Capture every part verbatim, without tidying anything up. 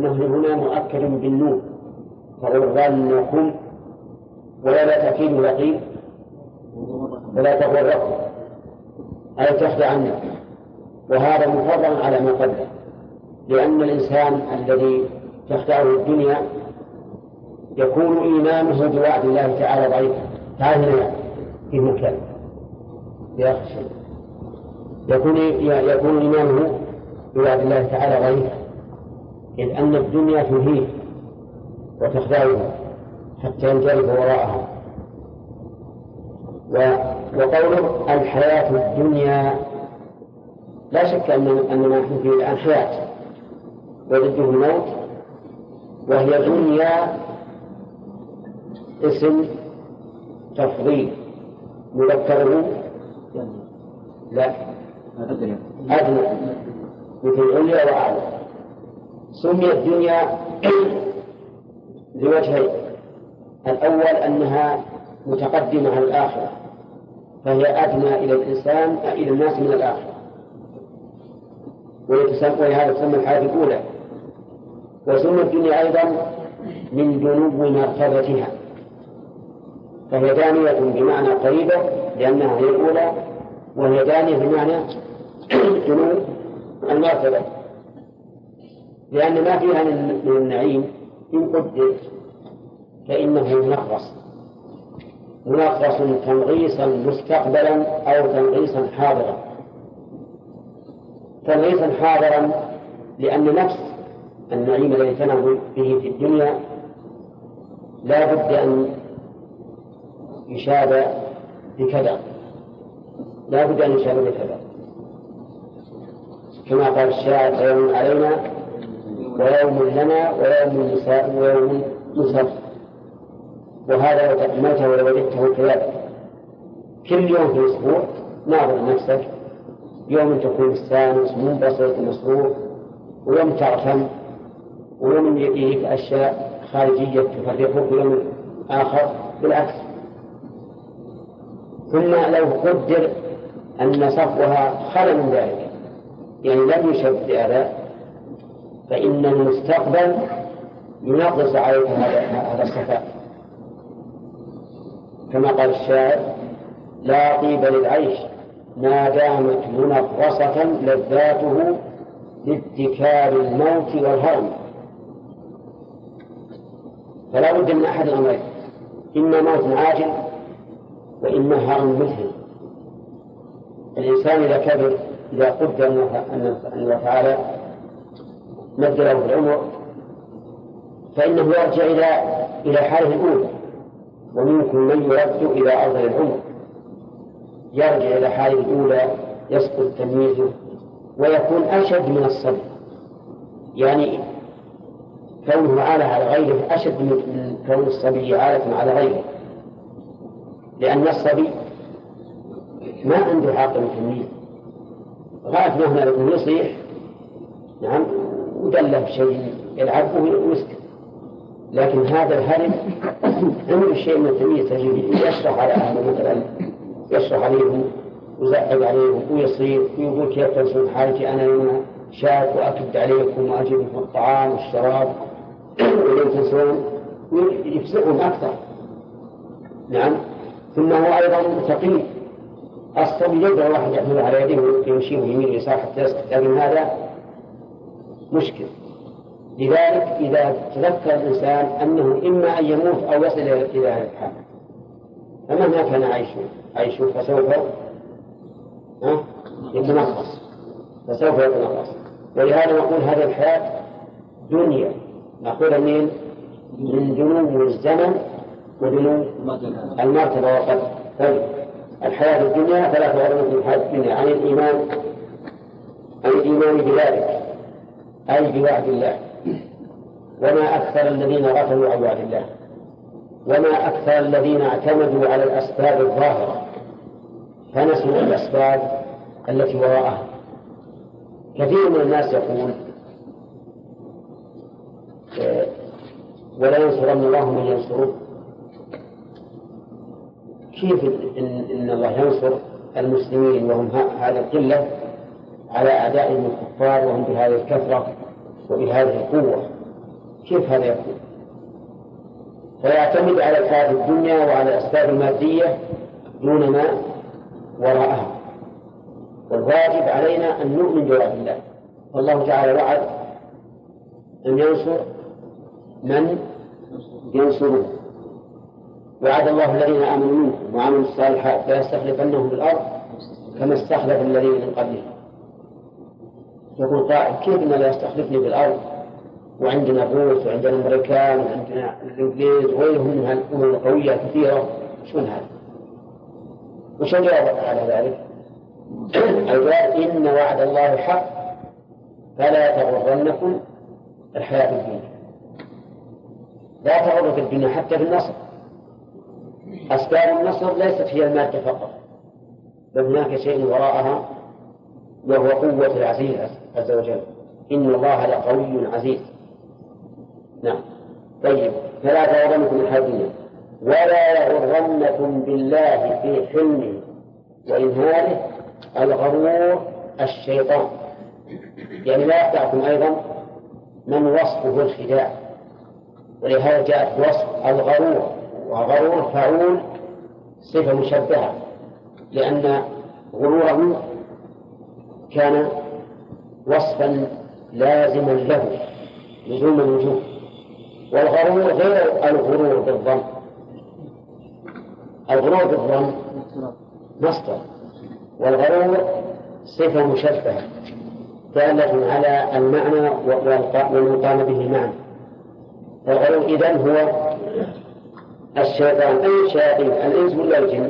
والنهي هنا مؤكد بالنون فغرنكم، ولا لا تأكيد يقين ولا تغركم أي تخدعن، وهذا مفضل على ما قبله، لأن الإنسان الذي تخدعه الدنيا يكون إيمانه بوعد الله تعالى ضعيفا. تعال هنا في مكان يا أخي يكون يكون إيمانه بوعد الله تعالى ضعيفا، إذ أن الدنيا تهيه وتخدعه حتى ينجرف وراءها. وقوله الحياة الدنيا لا شك أن أن ما نحن فيه الآن حياة وضده الموت، وهي دنيا اسم تفضيل مذكره لا أدنى مثل عليا وأعلى. سميت الدنيا لوجهين: الأول أنها متقدمة على الآخرة فهي أدنى إلى الإنسان إلى الناس من الآخرة، ولهذا تسمى الحياة الأولى. وسميت الدنيا أيضا من دنو مرتبتها، فهي دانية بمعنى قريبة لأنها هي الأولى، وهي دانية بمعنى دنو المرتبة، لأن ما فيها من النعيم إن قدر فإنه منغص منغص تنغيصا مستقبلا أو تنغيصا حاضرا. تنغيصا حاضرا لأن نفس النعيم الذي تنعم به في الدنيا لا بد أن يشاب بكذا، لا بد أن يشاب بكذا، كما قال الشاعر: فيوم علينا ويوم لنا ويوم نساء ويوم نسر. وهذا لو تأملته ولو وجدته كذلك كل يوم في الأسبوع ناظر نفسك، يوم تكون مستانس منبسط مسرور، ويوم تعتم، ويوم يأتيك أشياء خارجية تفرقك، ويوم آخر بالعكس. ثم لو قدر أن صفوها خل من ذلك، يعني لم يشب بأداء، فإن المستقبل ينقص عليك هذا الصفاء، كما قال الشاعر: لا طيب للعيش ما دامت منغصة لذاته لاتكال الموت والهرم. فلا بد من أحد الأمرين: إما موت عاجل وإما هرم مذهل. الإنسان إذا كبر، إذا قدر أن الله تعالى مد له في العمر، فإنه يرجع إلى إلى حاله الأولى، ومنكم من يرد إلى أرض العمر، يرجع إلى حاله الأولى، يسقط تمييزه ويكون أشد من الصبي، يعني كونه عالة على غيره أشد من كون الصبي عالة على غيره، لأن الصبي ما عنده عقل تمييز، غاية مهما يكون يصيح نعم ودله بشيء يلعبه ويسكت، لكن هذا الهرم عنده شيء من التمييز، تجد يشرح على أهله مثلا، يشرح عليهم ويزعج عليهم ويصير ويقول: كيف تنسون حالتي أنا يوم شاك وأكد عليكم وأجيبكم الطعام والشراب ولم تنسون، ويفزعهم أكثر. نعم. ثم هو أيضا ثقيل، الصبي يقدر واحد يحمل على يده ويمشيه يمين ويسار حتى يسكت، لكن هذا مشكل. لذلك إذا تذكر الإنسان أنه إما أن يموت أو يصل إلى هذا الحال، فمهما كان عيشه عيشه فسوف يتنقص فسوف يتنقص ولهذا نقول هذه الحياة دنيا، نقول من من دنو الزمن ودنو المرتبة والقدر. طيب، الحياة الدنيا فلا تغرك في الحياة الدنيا عن الإيمان عن الإيمان بذلك أي بوعد الله، وما أكثر الذين غفلوا عن وعد الله، وما أكثر الذين اعتمدوا على الأسباب الظاهرة فنسوا الأسباب التي وراءها. كثير من الناس يقول: ولا ينصرن الله من ينصره. كيف إن, إن الله ينصر المسلمين وهم هذه القلة على أعدائهم الكفار وهم بهذه الكثرة وبهذه القوة؟ كيف هذا يكون؟ فيعتمد على الحياة الدنيا وعلى الأسباب المادية دون ما وراءها. والواجب علينا أن نؤمن بوعد الله. والله تعالى وعد أن ينصر من ينصره. وعد الله الذين آمنوا منكم وعملوا الصالحات ليستخلفنهم في الأرض كما استخلف الذين من قبلهم. يقول قائل كيف إن لا يستخلفني في الأرض وعندنا الروس وعندنا الأمريكان وعندنا الإنجليز وغيرهم من الأمم القوية كثيرة، شون هذا؟ وش الجواب على ذلك؟ الجواب إن وعد الله حق فلا تغرنكم الحياة الدنيا. لا تغرك الدنيا حتى في النصر. أسباب النصر ليست هي المادة فقط، بل هناك شيء وراءها وهو قوة العزيز عز وجل. إن الله لقوي عزيز. نعم. طيب، فلا تغرنكم الحياة الدنيا ولا يغرنكم بالله في حلمه وإمهاله الغرور الشيطان. يعني لا يخدعكم أيضا من وصفه الخداع، ولهذا جاءت وصف الغرور، وغرور فعول صفة مشبهة، لأن غروره كان وصفا لازما له لزوم الوجوب. والغرور غير الغرور بالظن. الغرور بالظن مصدر، والغرور صفة مشبهة دالة على المعنى والمقام به المعنى. الغرور إذن هو الشيطان. أي شياطين؟ الإنس ولا الجن؟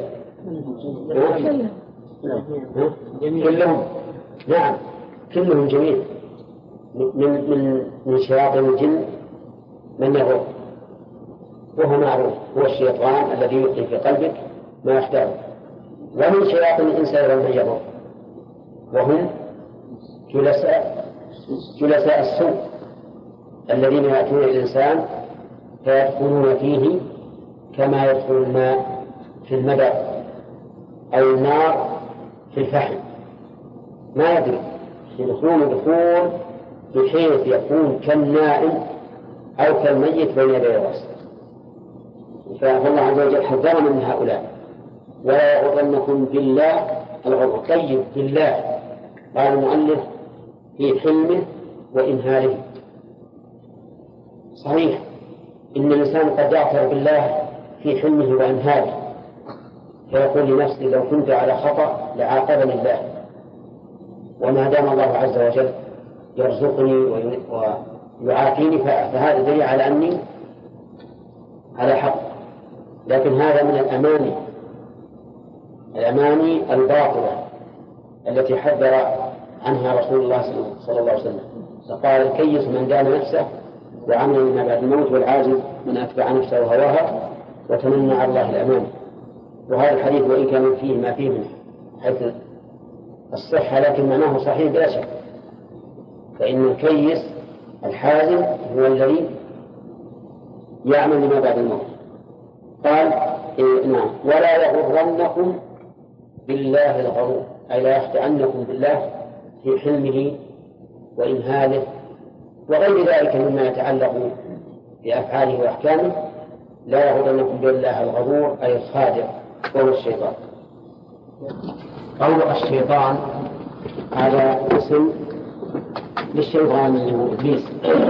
كلهم. نعم، كلهم جميع. من من من شياطين الجن من يغر، وهو معروف، هو الشيطان الذي يلقي في قلبك ما يحتاج. ومن شياطين الإنس أيضا من يغر، وهم جلساء جلساء السوء الذين يأتون الإنسان فيدخلون فيه كما يدخل الماء في المدى أو النار في الفحم، ما يدري، يدخلون دخول بحيث يكون كالنائم أو كالميت بين يدي الرأس. فالله عز وجل حذر من هؤلاء. ولا يغرنكم بالله الغرور. طيب، بالله قال المؤلف في حلمه وإمهاله. صحيح إن الإنسان قد يعترف بالله في حلمه وإمهاله، فيقول لنفسه لو كنت على خطأ لعاقبني الله، وما دام الله عز وجل يرزقني ويعافيني فهذا دليل على أني على حق. لكن هذا من الأماني الأماني الباطلة التي حذر عنها رسول الله صلى الله عليه وسلم. فقال الكيس من دان نفسه وعمل لما بعد الموت، والعاجز من أتبع نفسه وهواها وتمنى على الله الأمان. وهذا الحديث وإن كان فيه ما فيه من حيث الصحة لكن معناه صحيح بلا شك. فإن الكيس الحازم هو الذي يعمل لما بعد الموت. قال إيه نعم. ولا يغرنكم بالله الغرور، أي لا يخدعنكم بالله في حلمه وإمهاله وغير ذلك مما يتعلق بأفعاله وأحكامه. لا يغرنكم بالله الغرور أي الخادع وهو الشيطان. قول الشيطان هذا اسم للشيطان اللي هو إبليس،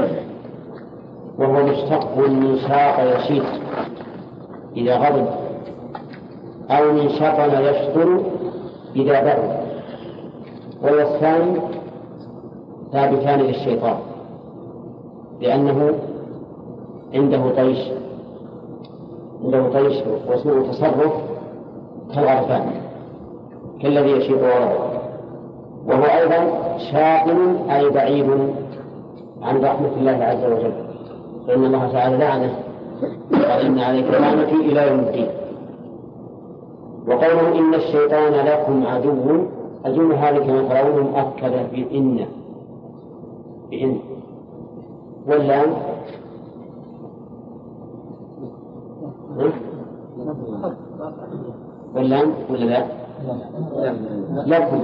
وهو مشتق من شاق يشيط إذا غضب، أو من شطن يشطر إذا برد. والوصفان ثابتان للشيطان لأنه عنده طيش عنده طيش واسمه تصرف كالغرفان كالذي يشيط وراءه. وهو أيضا شاطن أي بعيد عن رحمة الله عز وجل، فإن الله تعالى لعنه قال إن عليك لعنتي إلى يوم الدين. وقوله إن الشيطان لكم عدو، الجملة هذه كما ترون مؤكدة بإن بإن واللام واللام ولا لا؟ لكم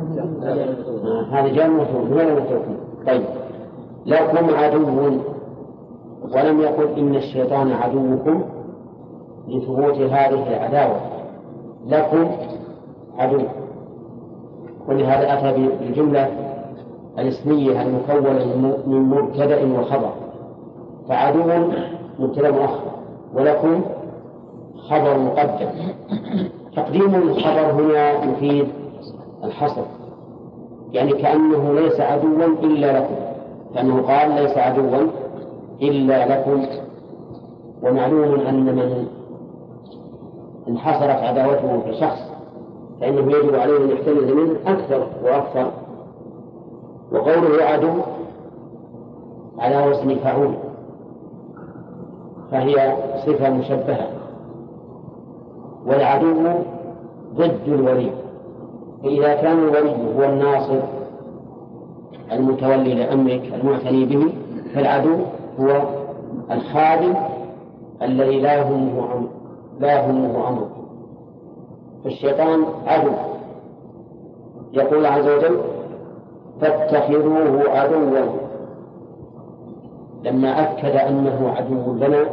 هذا جمع مفعول ولا مفعول. طيب، لكم عدو ولم يقل إن الشيطان عدوكم لثبوت هذه العداوة، لكم عدو. ولهذا أتى بالجملة الاسمية المكونة من مبتدأ وخبر، فعدو مبتدأ مؤخر ولكم خبر مقدم. تقديم الخبر هنا يفيد الحصر، يعني كأنه ليس عدوا إلا لكم، كأنه قال ليس عدوا إلا لكم. ومعلوم أن من انحصرت عداوته في شخص فإنه يجب عليه أن يحتمل منه أكثر وأكثر. وقوله عدو على وزن فعول فهي صفة مشبهة، والعدو ضد الولي. فإذا كان الولي هو الناصر المتولي لأمرك المعتني به، فالعدو هو الخادم الذي لا يهمه أمرك لا يهمه أمرك. فالشيطان عدو. يقول الله عز وجل فاتخذوه عدوا، لما أكد أنه عدو لنا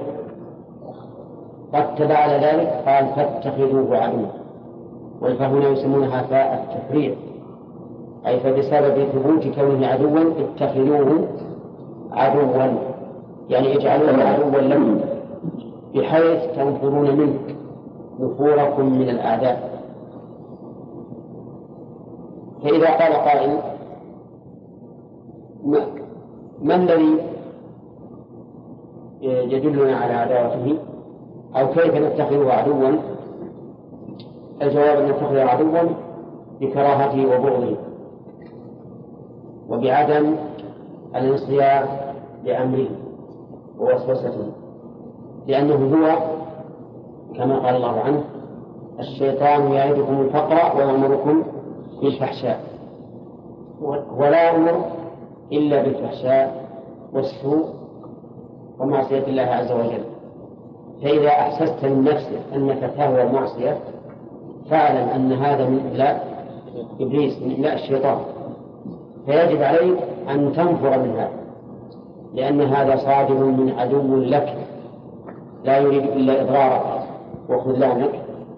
رتب على ذلك قال فاتخذوه عدوا، والفهنا يسمونها فاء التفريع، أي فبسبب ثبوت كونه عدوا اتخذوه عدوا، يعني اجعلوه عدوا لكم بحيث تنفرون منه نفوركم من الأعداء. فإذا قال قائل ما الذي يدلنا على عداوته أو كيف نتخذه عدوا؟ الجواب أن نتخذه عدوا بكراهته وبغضه وبعدم الانصياع لأمره ووسوسته، لأنه هو كما قال الله عنه الشيطان يعدكم الفقر ويأمركم بالفحشاء، ولا أمر إلا بالفحشاء والسوء ومعصية الله عز وجل. فإذا أحسست من نفسك أنك تهوى المعصية فاعلم أن هذا من إبلاء إبليس، من إبلاء الشيطان، فيجب عليك أن تنفر من هذا، لأن هذا صادر من عدو لك لا يريد إلا إضرارك وخذلانك.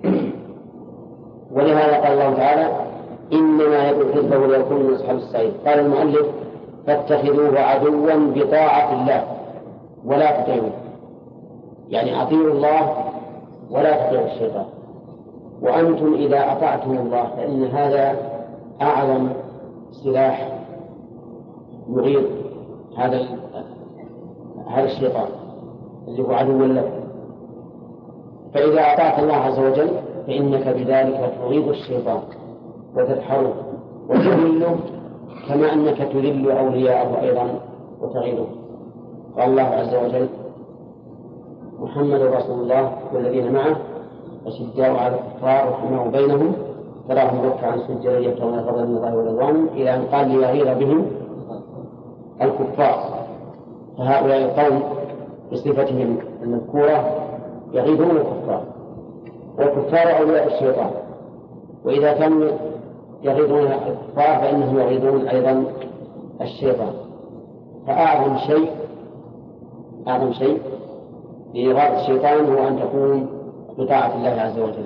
ولهذا قال الله تعالى إنما يدعو حزبه ليكون من أصحاب السعير. قال المؤلف فاتخذوه عدوا بطاعة الله ولا تطيعوه، يعني أطيعوا الله ولا تطيعوا الشيطان. وأنتم إذا أطعتم الله فإن هذا أعظم سلاح يغيظ هذا هذا الشيطان اللي هو عدو لك. فإذا أطعت الله عز وجل فإنك بذلك تغيظ الشيطان وتدحره وتذله كما أنك تذل أولياءه أيضا وتغيظه. قال الله عز وجل محمد رسول الله والذين معه أشداء على الكفار رحماء بينهم تراهم ركعا سجدا يبتغون فضلا من الله ورضوانه، إلى أن قال ليغيظ بهم الكفار. فهؤلاء القوم بصفتهم المذكورة يغيظون الكفار، والكفار أولياء الشيطان، وإذا كانوا يغيظون الكفار فإنهم يغيظون أيضا الشيطان. فأعظم شيء أعظم شيء لإغاظة الشيطان هو أن تكون بطاعة الله عز وجل.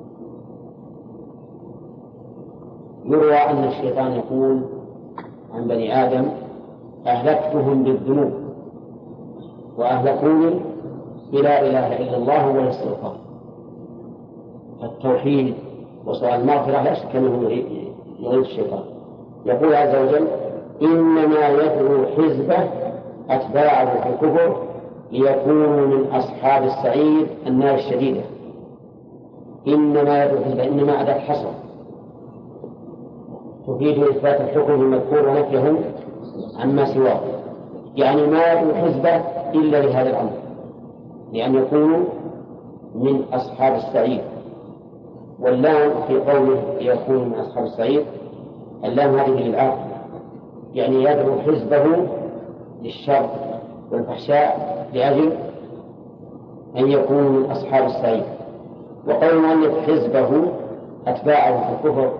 يروى أن الشيطان يقول عن بني آدم أهلكتهم بالذنوب وأهلكوني بلا إله إلا الله والاستغفار. التوحيد وسؤال المغفرة لا شك أنه يغيظ الشيطان. يقول عز وجل إنما يدعو حزبه أتباعه في الكفر ليكونوا من أصحاب السعير النار الشديدة. إنما يدعو حزبه، إنما أداة حصر تفيد إثبات الحكم المذكور ونفيه عما سواه، يعني ما يدعو حزبه إلا لهذا الأمر، لأن يكونوا من أصحاب السعير. واللام في قوله يكون من أصحاب السعير اللام هذه للعاقل، يعني يدعو حزبه للشر والفحشاء لأجل أن يكونوا من أصحاب السعير. وقول المؤلف حزبه أتباعه في الكفر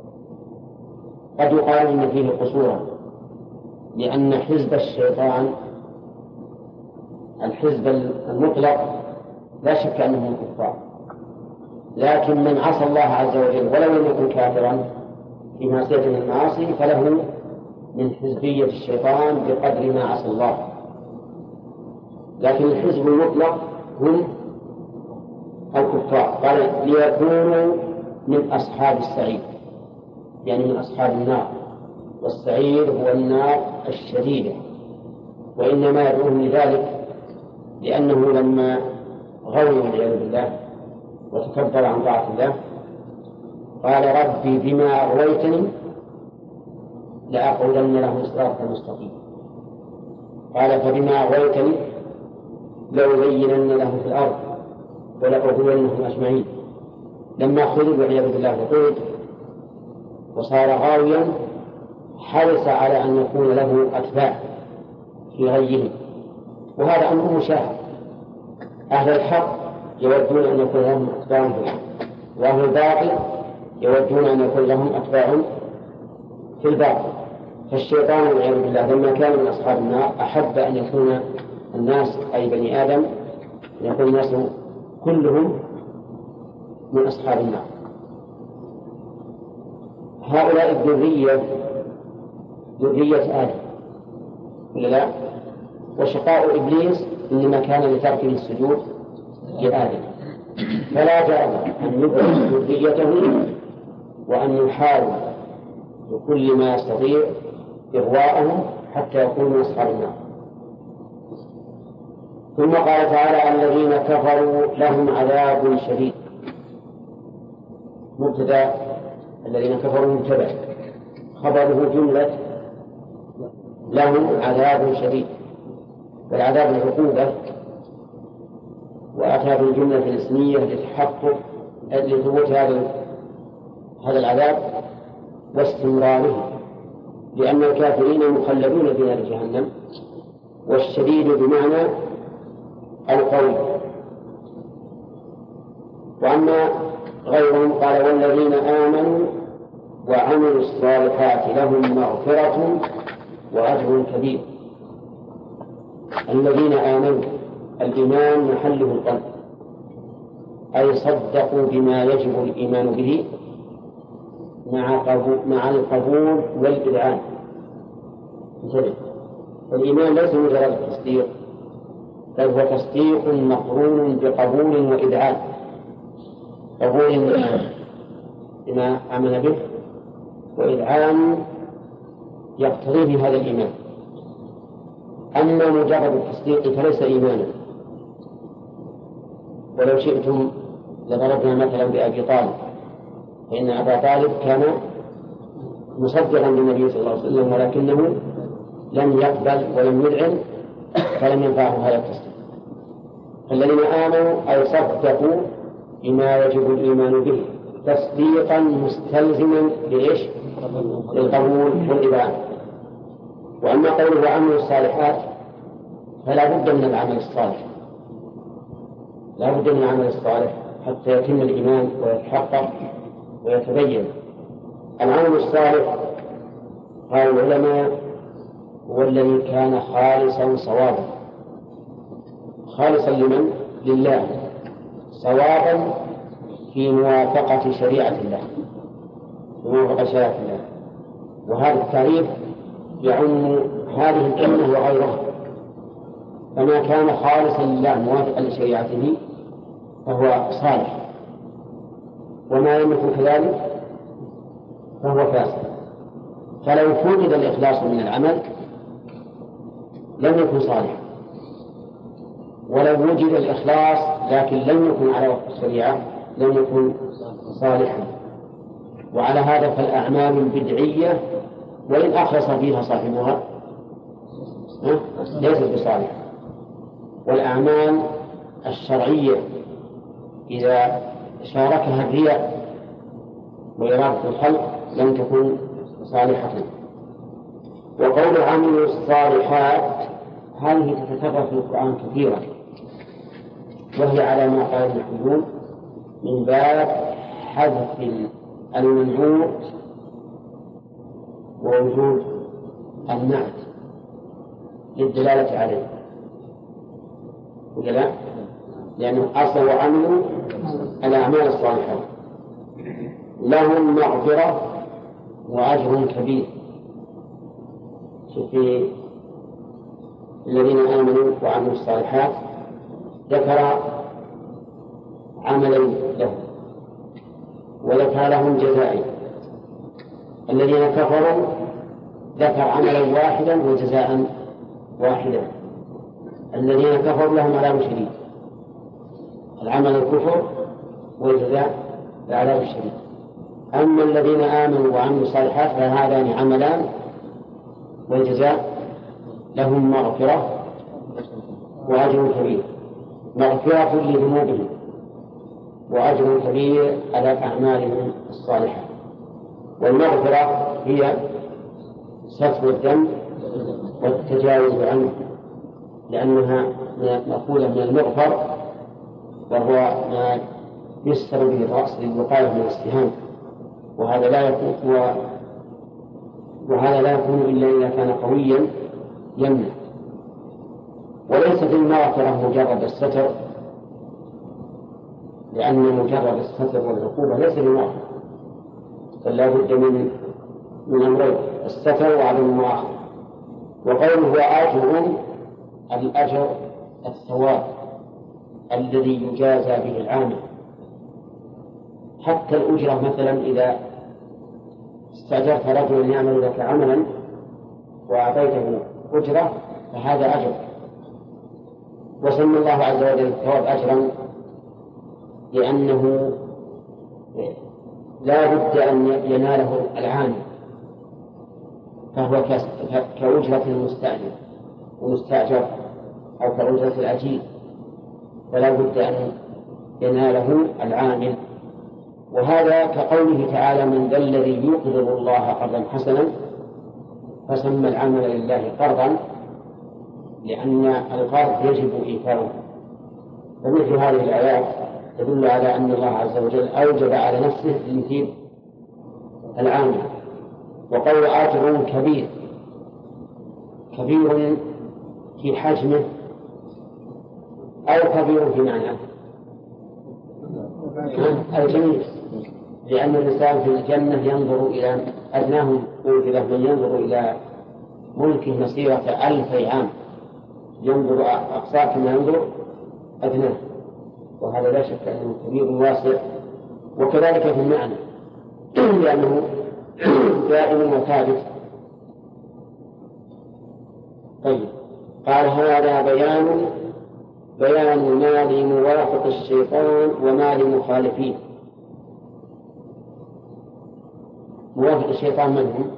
قد يقال إن فيه قصورا، لأن حزب الشيطان الحزب المطلق لا شك أنهم كفار، لكن من عصى الله عز وجل ولو لم يكن كافرا في معصية من المعاصي فله من حزبية الشيطان بقدر ما عصى الله. لكن الحزب المطلق هم الكفار، قال ليكونوا من أصحاب السعير، يعني من أصحاب النار، والسعير هو النار الشديدة، وإنما يدعوهم لذلك لأنه لما غوي والعياذ بالله وتكبر عن طاعة الله قال ربي بما أغويتني لأقعدن لهم صراطا مستقيما. قال فبما أغويتني لأزينن لهم في الأرض ولأغوينهم أجمعين. لما خذل والعياذ بالله وطرد وصار غاويا حرص على أن يكون له أتباع في غيه، وهذا أمر مشاهد. أهل الحق يودون أن يكون لهم أتباع في الحق، وأهل الباطل يودون أن يكون لهم أتباع في الباطل. فالشيطان والعياذ بالله لما كان من أصحاب النار أحب أن يكون الناس أي بني آدم أن يكون الناس كلهم من أصحاب النار. هؤلاء الذرية ذرية آدم ولا لا؟ وشقاء إبليس إنما كان لتركه السجود لآدم، فلا جرم أن يبعث ذريته وأن يحاول بكل ما يستطيع إغواءهم حتى يكونوا أصحاب النار. ثم قال تعالى الذين كفروا لهم عذاب شديد. مبتدأ الذين كفروا مبتدأ، خبره جملة لهم عذاب شديد، والعذاب العقوبة، وأتى بالجملة الاسمية لتحقق لثبوت هذا هذا العذاب واستمراره، لأن الكافرين مخلدون في نار جهنم، والشديد بمعنى القوي. وأما غيرهم قال والذين آمنوا وعملوا الصالحات لهم مغفرة وأجر كبير. الذين آمنوا، الإيمان محله القلب، أي صدقوا بما يجب الإيمان به مع مع القبول والإذعان. الإيمان ليس مجرد التصديق، بل هو تصديق مقرون بقبول وإذعان. قبول بما آمن به، وإذعان يقتضيه هذا الإيمان. أما مجرد التصديق فليس إيمانا. ولو شئتم لضربنا مثلا بأبي طالب، فإن أبا طالب كان مصدقا بالنبي صلى الله عليه وسلم ولكنه لم يقبل ولم يذعن فلم ينفعه هذا التصديق. فالذين آمنوا أي صدقوا بما يجب الإيمان به تصديقا مستلزما لإيش؟ للقبول والإذعان. وأما قوله وعملوا الصالحات فلا بد من العمل الصالح، لا بد من العمل الصالح حتى يتم الإيمان ويتحقق ويتبين. العمل الصالح قال العلماء هو الذي كان خالصا صوابا. خالصا لمن؟ لله، صوابا في موافقة شريعة الله، في موافقة شريعة الله. وهذا التعريف يعم هذه الأمة وغيرها، فما كان خالصا لله موافقا لشريعته فهو صالح، وما لم يكن كذلك فهو فاسد. فلو فقد الإخلاص من العمل لم يكن صالحا، ولو وجد الإخلاص لكن لم يكن على وفق الشريعة لم يكن صالحا. وعلى هذا فالأعمال البدعية وإن أخلص فيها صاحبها ليست بصالحة، والأعمال الشرعية إذا شاركها الرياء وإرادة الخلق لم تكن صالحة. وقول عملوا الصالحات هذه تتكرر في القرآن كثيرا، وهي على ما قال المحدثون من باب حذف المنعوت ووجود النعت للدلالة عليه. ولا لا؟ لأنه أصل وعملوا الأعمال الصالحة لهم مغفرة وأجر كبير. في الذين آمنوا وعملوا الصالحات ذكر عملا لهم وذكر لهم جزائي. الذين كفروا ذكر عملا واحدا وجزاء واحدا. الذين كفروا لهم عذاب شديد، العمل الكفر والجزاء العذاب الشديد. أما الذين آمنوا وعملوا الصالحات فهذان عملان والجزاء لهم مغفرة وأجر كبير، مغفرة لذنوبهم وأجر كبير على أعمالهم الصالحة. والمغفرة هي ستر الذنب والتجاوز عنه، لأنها مأخوذة من المغفر وهو ما يستر به الرأس للوقاية من السهام، وهذا لا يكون وهذا لا يكون إلا إذا كان قويا يمنع. وليس في المغفرة مجرد الستر، لأن مجرد الستر والعقوبة ليس بمغفرة، بل لا بد من من أمرين: الستر وعدم المؤاخذة. وقوله أجر الأجر الثواب الذي يجازى به العامل. حتى الأجرة مثلا إذا استأجرت رجلا يعمل لك عملا وأعطيته أجرة فهذا أجر، وسمى الله عز وجل الثواب أجرا لأنه لا بد أن يناله العامل، فهو كأجرة المستأجر ومستأجر أو كأجرة الأجير، فلا بد أن يناله العامل. وهذا كقوله تعالى: من ذا الذي يقرض الله قرضا حسنا، فسمى العمل لله قرضا لأن القرض يجب إيفاؤه. ومثل هذه الآيات تدل على أن الله عز وجل أوجب على نفسه يثيب العامل. وقول أجر كبير، كبير في حجمه أو كبير في معناه الجميع، لأن الإنسان في الجنة ينظر إلى أدناه منزلة من ينظر إلى ملكه مسيرة ألف عام، ينظر أقصاه كما ينظر أدناه، وهذا لا شك أنه كبير واسع. وكذلك في المعنى لأنه دائم وثابت. طيب، قال: هذا بيان بيان ما لموافق الشيطان وما لمخالفيه. موافق الشيطان من هم؟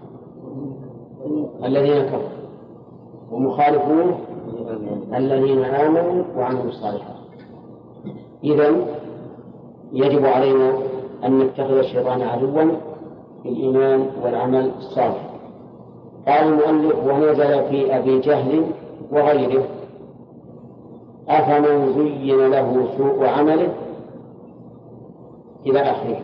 الذين كفروا، ومخالفوه الذين آمنوا وعملوا الصالحات. إذن يجب علينا أن نتخذ الشيطان عدوا في الإيمان والعمل الصالح. قال المؤلف: ونزل في أبي جهل وغيره: أفمن زين له سوء عمله إلى آخره.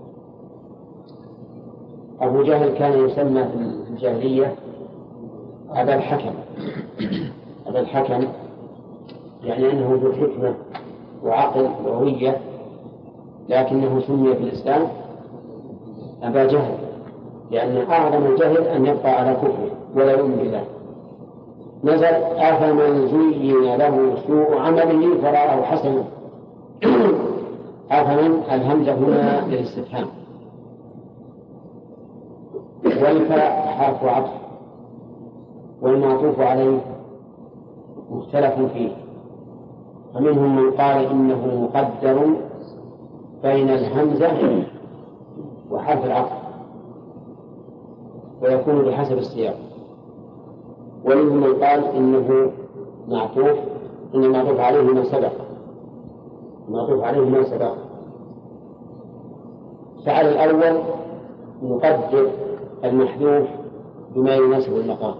أبو جهل كان يسمى في الجاهلية أبا الحكم. أبا الحكم يعني أنه ذو حكمة وعقل وروية، لكنه سمي في الإسلام أبا جهل، لأن أعظم الجهل أن يبقى على كفره ولا يؤمن بالله. نزل: أفمن زين له سوء عمله فرآه حسنا. أفمن الهمزة هنا للاستفهام، والفاء حرف عطف، والمعطوف عليه مختلف فيه، فمنهم من قال إنه مقدر بين الهمزة وحرف العطف ويكون بحسب السياق، ومنهم من قال إنه معطوف إن المعطوف عليه ما سبق المعطوف عليه ما سبق. فعلى الأول نقدر المحذوف بما يناسب المقام.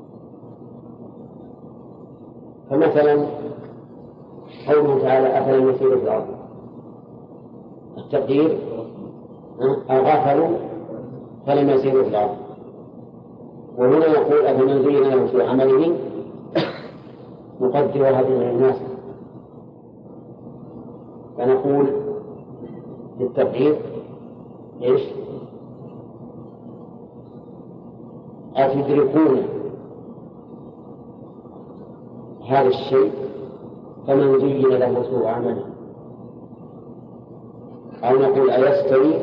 فمثلا قوله تعالى: أفلم يسيروا في الأرض، التقدير أغفلوا فلم يسيروا في الأرض. وهنا يقول: أفمن زين له سوء عمله، نقدر هذه من الناس فنقول للتقدير إيش؟ أتدركون هذا الشيء فمن زين له سوء عمله، أو نقول أيستوي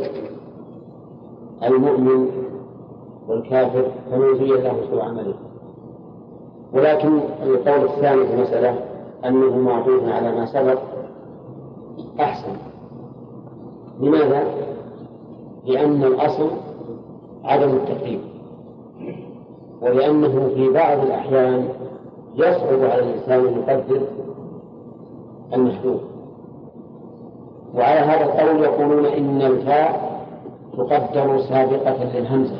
المؤمن والكافر فمن زين له سوء عمله. ولكن القول الثاني في المسألة أنه معطوف على ما سبق أحسن. لماذا؟ لأن الأصل عدم التقدير، ولأنه في بعض الأحيان يصعب على الإنسان أن يقدر المحدود. وعلى هذا القول يقولون إن الفاء تقدر سابقة للهمزة،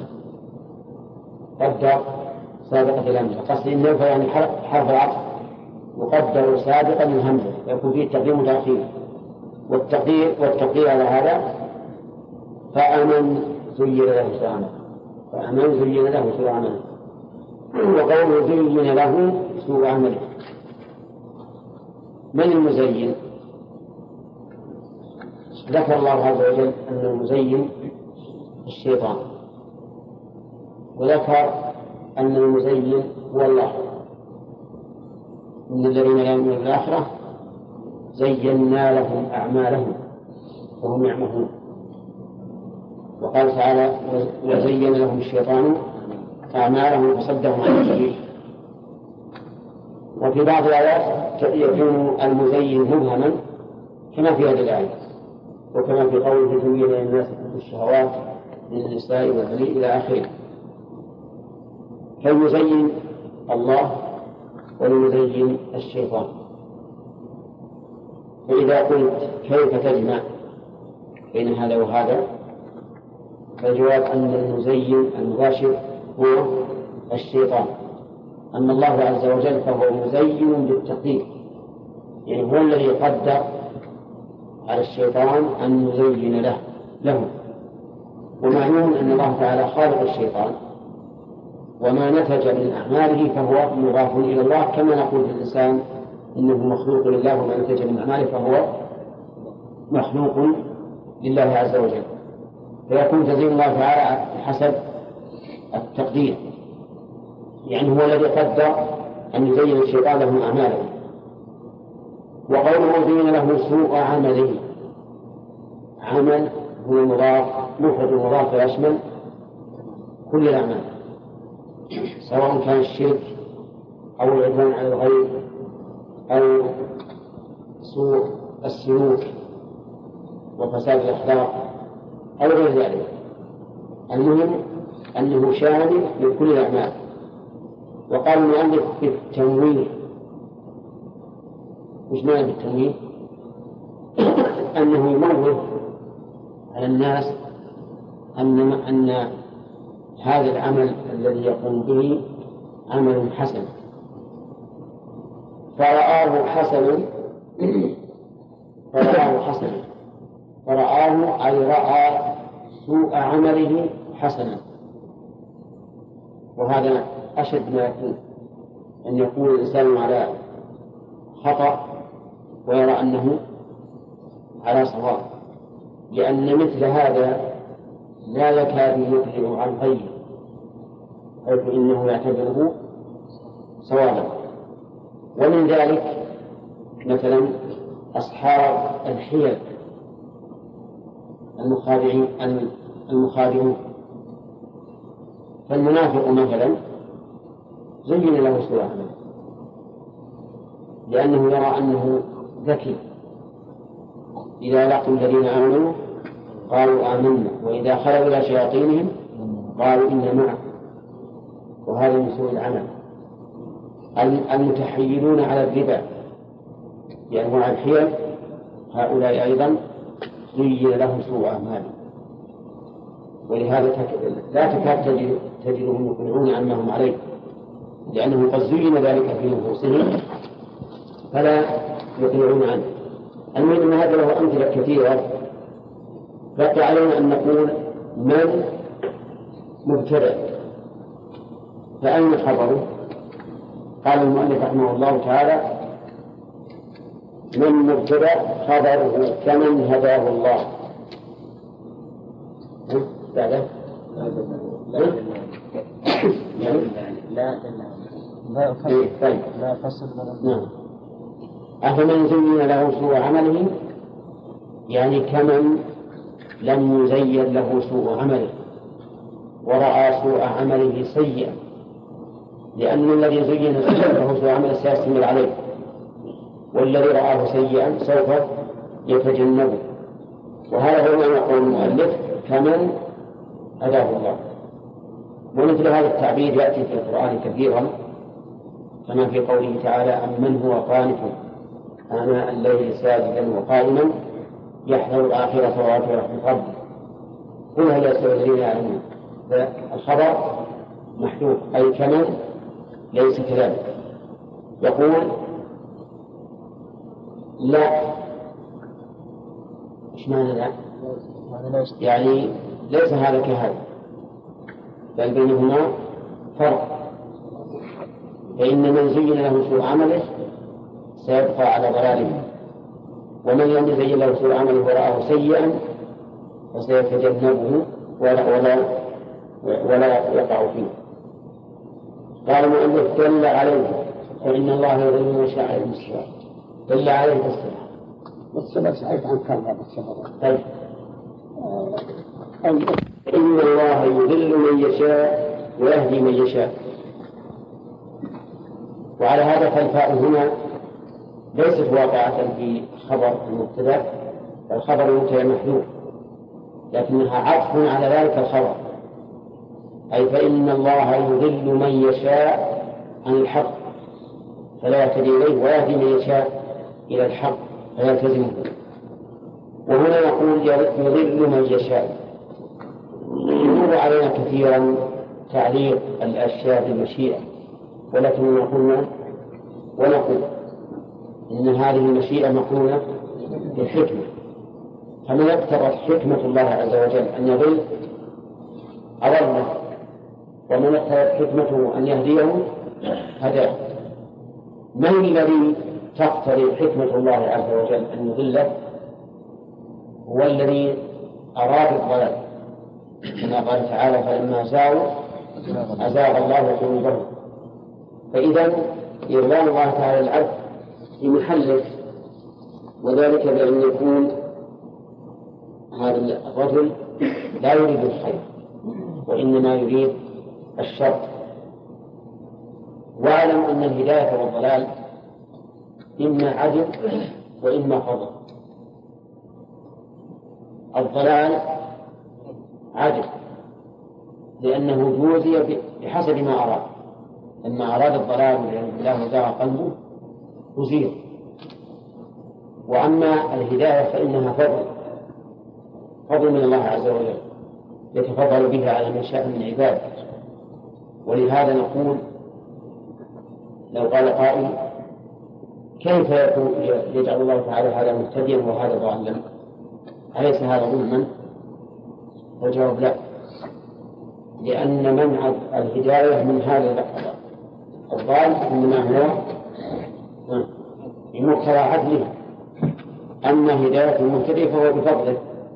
قدر سابقة للهمزة، قصدي إن الفاء يعني حرف العطف يقدر سابقا للهمزة، يكون فيه تقديم وتأخير. والتقدير والتقدير على هذا فأمن زين له سوء عمله، فأمن زين له سوء عمله، وقوله زين له سوء عمله. من المزين؟ ذكر الله عز وجل أن المزين الشيطان، وذكر أن المزين هو الله. إن الذين لا يؤمنون بالآخرة زينا لهم أعمالهم وهم يعمهون. وقال تعالى وزين لهم الشيطان أعمالهم فصدهم عن السبيل. وفي بعض الآيات يكون المزين مبهما كما في هذه الآية، وكما في قوله زين للناس الشهوات من النساء والبنين إلى آخره. فالمزين الله والمزين الشيطان. فإذا قلت كيف تجمع بين هذا وهذا، فالجواب أن المزين المباشر هو الشيطان، أما الله عز وجل فهو مزين بالتقدير، يعني هو الذي قدر على الشيطان أن يزين له له ومعلوم أن الله تعالى خالق الشيطان، وما نتج من أعماله فهو مضاف إلى الله، كما نقول في الإنسان إنه مخلوق لله، وما نتج من أعماله فهو مخلوق لله عز وجل. فيكون تزين الله تعالى حسب التقدير، يعني هو الذي قدر أن يزين الشيطان له أعماله. وقوله زين له سوء عمله، عمل هو مضاف مفرد مضاف يشمل كل الأعمال، سواء كان الشرك أو العدوان على الغير أو سوء السلوك وفساد الأخلاق أو غير ذلك. المهم أنه شامل لكل الأعمال. وقال المؤلف بالتنويه. وش معنى بالتنويه؟ أنه ينوه على الناس أن أن هذا العمل الذي يقوم به عمل حسن، فرآه حسنا فرآه حسنا فرآه أي رأى سوء عمله حسنا. وهذا أشد ما يكون، أن يكون الإنسان على خطأ ويرى أنه على صواب، لأن مثل هذا لا يكاد يبعد عن غيره، حيث إنه يعتبره صوابا. ومن ذلك مثلا أصحاب الحيل المخادعين المخادعون. فالمنافق مثلا زين له سوء عمله، لأنه يرى أنه ذكي، إذا لقوا الذين آمنوا قالوا آمنا وإذا خلوا إلى شياطينهم قالوا إنا معكم، وهذا من سوء العمل. المتحيلون على الربا بأنواع الحيل هؤلاء أيضا زين لهم سوء أعمالهم، ولهذا لا تكاد تجدهم يقنعون عما هم عليه، لأنه قد زين ذلك في نفوسهم فلا يقنعون عنه. المهم أن هذا له أمثلة كثيرة. بقي علينا أن نقول من مبتدأ، فأين خبره؟ قال المؤلف رحمه الله تعالى من مبتدأ خبره كمن هداه الله. بعده لا لا طيب لا فصل نعم. أفمن زين له سوء عمله يعني كمن لم يزين له سوء عمله ورأى سوء عمله سيئا، لأن الذي زين له سوء عمله سيستمر عليه، والذي رآه سيئا سوف يتجنبه. وهذا هو ما يقول المؤلف كمن هداه الله. ومثل هذا التعبير يأتي في القرآن كثيرا، كما في قوله تعالى أمن هو قانت آناء الليل ساجدا وقائما يحذر الآخرة ويرجو رحمة ربه قل هل يستوي الذين يعلمون. الخبر محذوف أي كمن ليس كذلك. يقول لا، إيش معنى لا؟ يعني ليس هذا كهذا، بل بينهما فرق. فإن من زين له سوء عمله سيبقى على ضلاله، ومن لم يزين له سوء عمله ورآه سيئا فسيتجنبه ولا, ولا, ولا يقع فيه. قال المؤلف دل عليه فإن الله يظل من يشاء عليه السلام. دل عليه بالسلام والسلام سعيد عن كرم السلام. طيب إن الله يضل من يشاء ويهدي من يشاء. وعلى هذا فالفاء هنا ليست واقعة في خبر المبتدأ، الخبر المبتدأ محذوف، لكنها عطف على ذلك الخبر، أي فإن الله يضل من يشاء عن الحق فلا يهتدي إليه ويهدي من يشاء إلى الحق فلا يلتزمه. وهنا يقول يضل من يشاء. يمر علينا كثيرا تعليق الأشياء بالمشيئة، ولكن نقول ونقول إن هذه المشيئة مقرونة بالحكمة، فما اقتضت حكمة الله عز وجل أن يضل أضله، ومن اقتضت حكمته أن يهديه هداه. من الذي تقتضي حكمة الله عز وجل أن يضله؟ هو الذي أراد الضلال، كما قال تعالى فلما زاغوا أزاغ الله قلوبهم. فإذا إرضاء الله تعالى العبد في محله، وذلك بأن يكون هذا الرجل لا يريد الخير وإنما يريد الشر. واعلم أن الهداية والضلال إما عدل وإما فضل. الضلال عدل لأنه جوزي بحسب ما أراد، لما أراد الضلال والعياذ بالله وزاغ قلبه أزيل. وأما الهداية فإنها فضل، فضل من الله عز وجل يتفضل بها على من شاء من عباده. ولهذا نقول لو قال قائل كيف يجعل الله تعالى هذا مهتديا وهذا ضالا، أليس هذا ظلما؟ والجواب لا، لأن منع الهداية من هذا اللحظة الضال إنما هو بمقتضى عدله، أما هداية المهتدي فهو بفضله.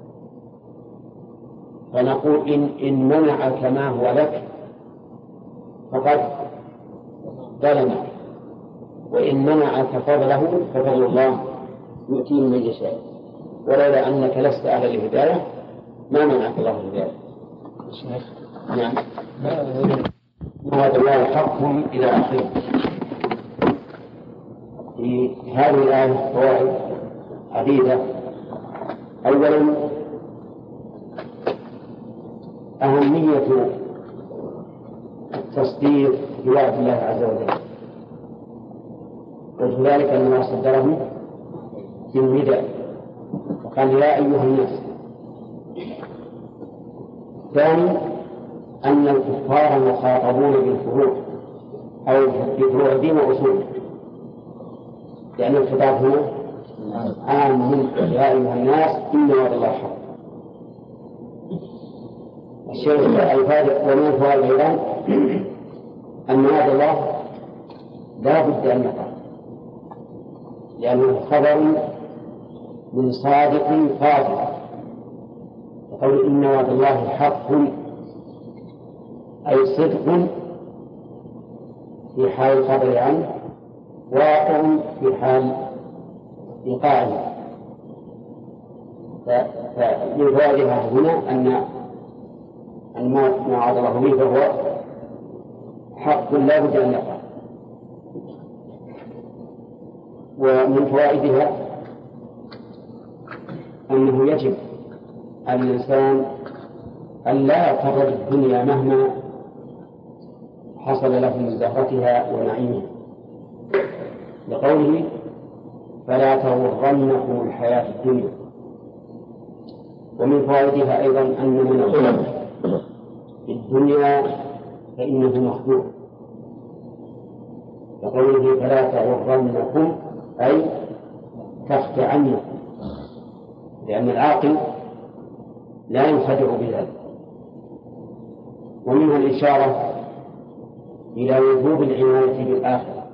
فنقول إن, إن منعك ما هو لك فقد ظلمك، وإن منعك فضله ففضل الله يؤتيه من يشاء. ولولا أنك لست أهل الهداية ما منعك الله الهداية. نعم وهذا الله حق إلى آخره. في هذه الآية فوائد عديدة. أولا أهمية التصديق بوعد الله عز وجل، وذلك أنه صدره في النداء وقال يا أيها الناس. ثاني أن الكفار مخاطبون بالفروع أو بفروع الدين وأصوله، لأن الخطاب هنا عام من يا أيها الناس إن وعد الله حق. الشيء الفارق ومن الفوائد أيضا أن وعد الله لا بد أن يقع، لأنه خبر من صادق قادر، يقول إن وعد الله حق، أي صدق في حال الخبر عنه، واقع في حال إيقاعه. فمن فوائدها هنا أن أن ما وعد الله به فهو حق لا بد أن يقع. ومن فوائدها أنه يجب على الإنسان أن لا يغتر بالدنيا مهما حصل له من زهرتها ونعيمها، لقوله فلا تغرنكم الحياة الدنيا. ومن فوائدها أيضا أن من الغنى في الدنيا فإنه مخدوع، لقوله فلا تغرنكم أي تخدعنكم، لأن العاقل لا ينخدع بذلك. ومنها الإشارة إلى وجوب العناية بالآخرة،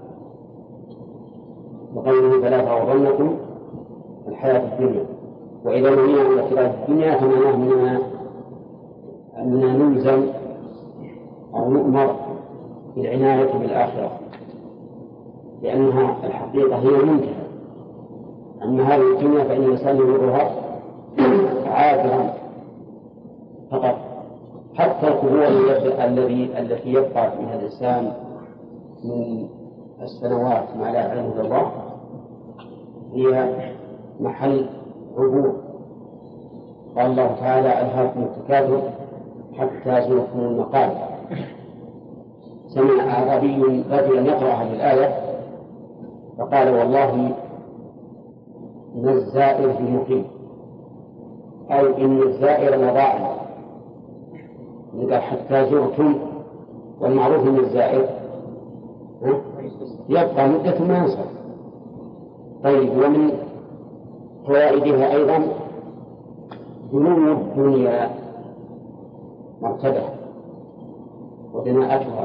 وقوله فلا تغرنكم الحياة الدنيا. وإذا نهينا عن الحياة الدنيا فمعناه منها أننا نلزم أو نؤمر بالعناية بالآخرة، لأنها الحقيقة هي المنتهى. أما هذه الدنيا فإن الإنسان يمرها عابرا فقط. حتى القبور الذي التي يبقى فيها الإنسان من السنوات ما لا يعلمه الله هي محل عبور. قال الله تعالى ألهاكم التكاثر حتى زرتم المقابر. سمع أعرابي رجلا يقرأ هذه الآية فقال والله إن الزائر في مقيم، أي إن الزائر مضاعف. إذا حتى زرتم، والمعروف من الزائر يبقى مدة ما ينصرف. طيب، ومن فوائدها أيضا دنو الدنيا مرتبة ودناءتها،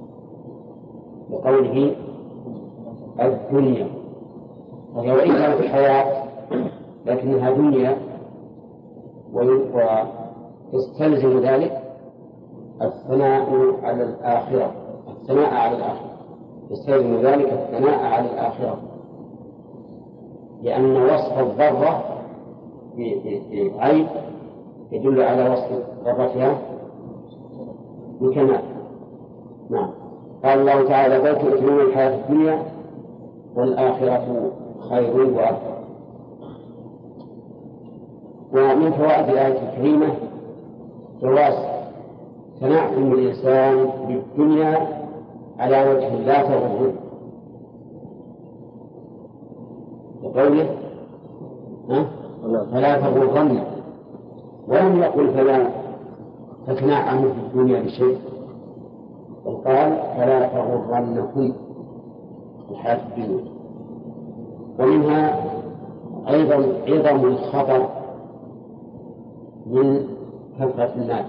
بقوله الدنيا، وهي وإن كانت الحياة لكنها دنيا، ويستلزم ذلك الثناء على الآخرة الثناء على الآخرة يستلزم ذلك الثناء على الآخرة، لأن وصف الضرة بعيب يدل على وصف ضرتها بكمال. نعم. قال الله تعالى بل تؤثرون الحياة الدنيا والآخرة خير وأبقى. ومن فوائد الآية الكريمة جواز تنعم الإنسان بالدنيا على وجه لا تغره، بقوله فلا تغرن، ولم يقل فلا تتنعم في الدنيا بشيء، بل قال فلا تغرنكم الحياة الدنيا. ومنها أيضا عظم الخطر من كثرة المال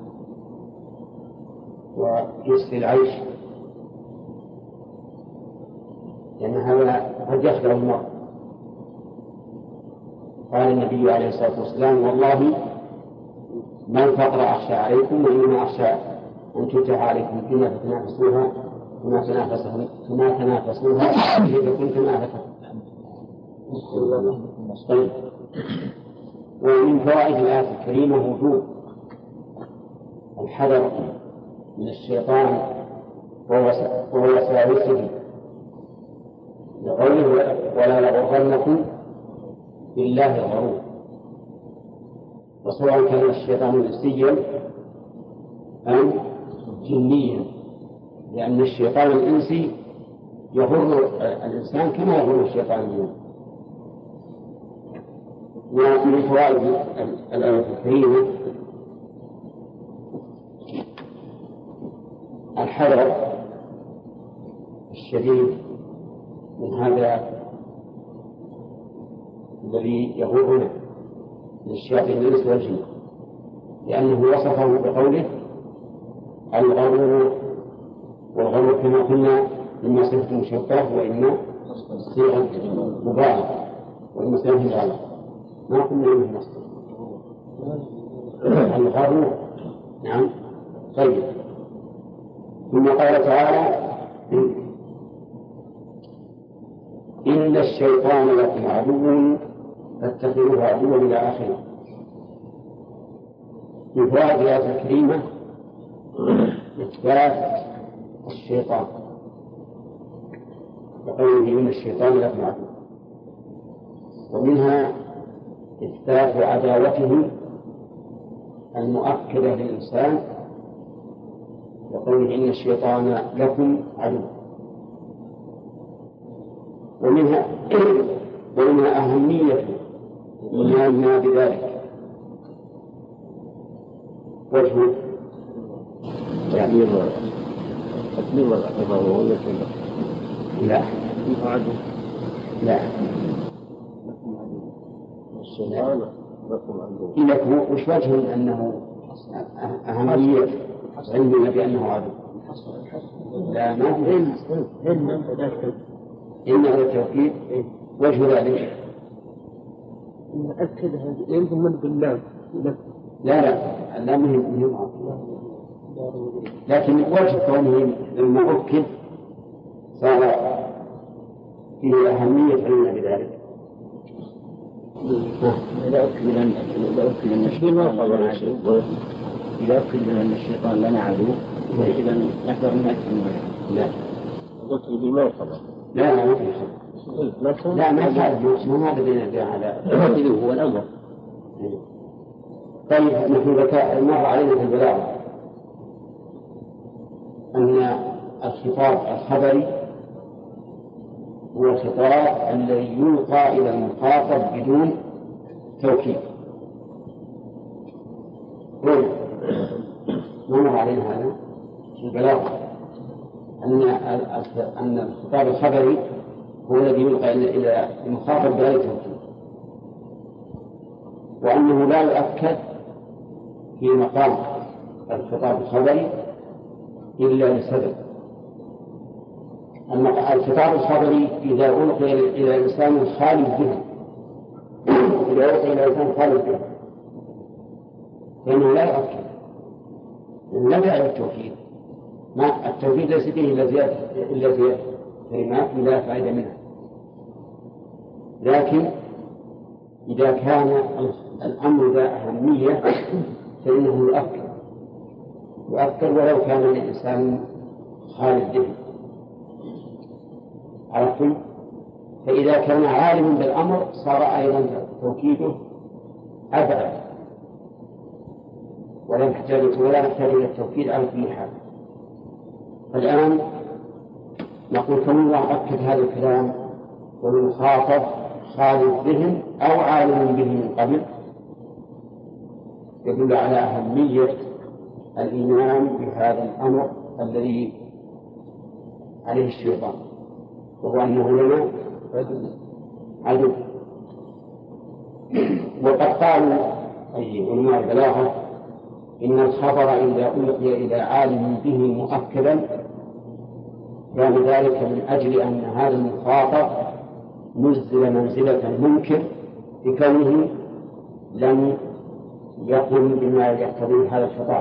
ويسر العيش، لأن هذا قد يخدع المرء. قال النبي عليه الصلاة والسلام والله ما الفقر أخشى عليكم وإنما أخشى أن تفتح عليكم الدنيا فتنافسوها كما تنافسوها كما تنافسوها إذا كنتم أهلكم. ومن فوائد الآية الكريمة وجوب الحذر من الشيطان ووساوسه، لقوله ولا يغرنكم بالله الغرور. وسواء كان الشيطان نفسيا أم جنيا، لأن الشيطان الإنسي يغر الإنسان كما يغر الشيطان الجني. ومن فوائد الآية الكريمة الحذر الشديد من هذا الذي يغرنا من الشياطين الإنس والجن، لأنه وصفه بقوله الغرور، والغرور كما قلنا مما صفة مشبهة وإما صيغة مبالغة والمسلم مبالغة ما قلنا إنه مصدر الغرور. نعم. طيب ثم قال تعالى إن الشيطان لكم عدو فاتخذوه عدوا إلى آخره. من فوائد الآية الكريمة إثبات الشيطان وقوله إن الشيطان لكم عدو، ومنها إثبات عداوته المؤكدة للإنسان وقوله إن الشيطان لكم عدو. ومنها ومنها أهمية إيماننا بذلك. وجه تكبير تكبير العقبة ولا كذا؟ لا عدو لا الشيطان لكم عدو. إنك وش وجه أنه أهمية علمنا بأنه عدو؟ لا ما في إن هذا التوكيد. وجه ذلك نأكد هذا يلزم من بالله. لا لا لا مهم مهم لكن وجه كونه لما أكد صار فيه أهمية علمنا بذلك. إذا أكد لأن إذا أكد أن الشيطان لنا عدو إذا أكد أن الشيطان لنا عدو إذا نحذر من أكثر. لا قلت بالله خبر. لا لا ما في خبر. لا ما تعرف ما هذا بين على هو الأمر. طيب نحن مر علينا في البلاغة أن الخطاب الخبري هو الخطاب الذي يلقى إلى المخاطب بدون توكيد. ما مر علينا هذا في البلاغة أن أن الخطاب الخبري هو الذي يلقى إلى المخاطب بغير توكيد، وأنه لا يؤكد في مقام الخطاب الخبري إلا لسبب. أما الخطاب الخبري إذا ألقي إلى إنسان خالي الذهن إذا ألقي إلى إنسان خالي الذهن فإنه لا يؤكد، لا داعي للتوكيد. ما التوكيد ليس فيه إلا زيادة إلا زيادة كلمات لا فائدة منها. لكن إذا كان الأمر ذا أهمية فإنه يؤكد يؤكد ولو كان الإنسان خالي الذهن. عرفتم؟ فإذا كان عالما بالأمر صار أيضا توكيده أبعد ولا نحتاج ولا نحتاج إلى التوكيد على كل حال. الآن نقول كم الله أكد هذا الكلام والمخاطب خالي الذهن أو عالم به من قبل يدل على أهمية الإيمان بهذا الأمر الذي عليه الشيطان، وهو أنه لنا عدو. وقد قالوا أي علماء البلاغة إن الخبر إذا ألقي إلى عالم به مؤكدا كان ذلك من أجل أن هذا المخاطب نزل منزلة المنكر بكونه لم يقل بما يقتضي هذا الخطاب.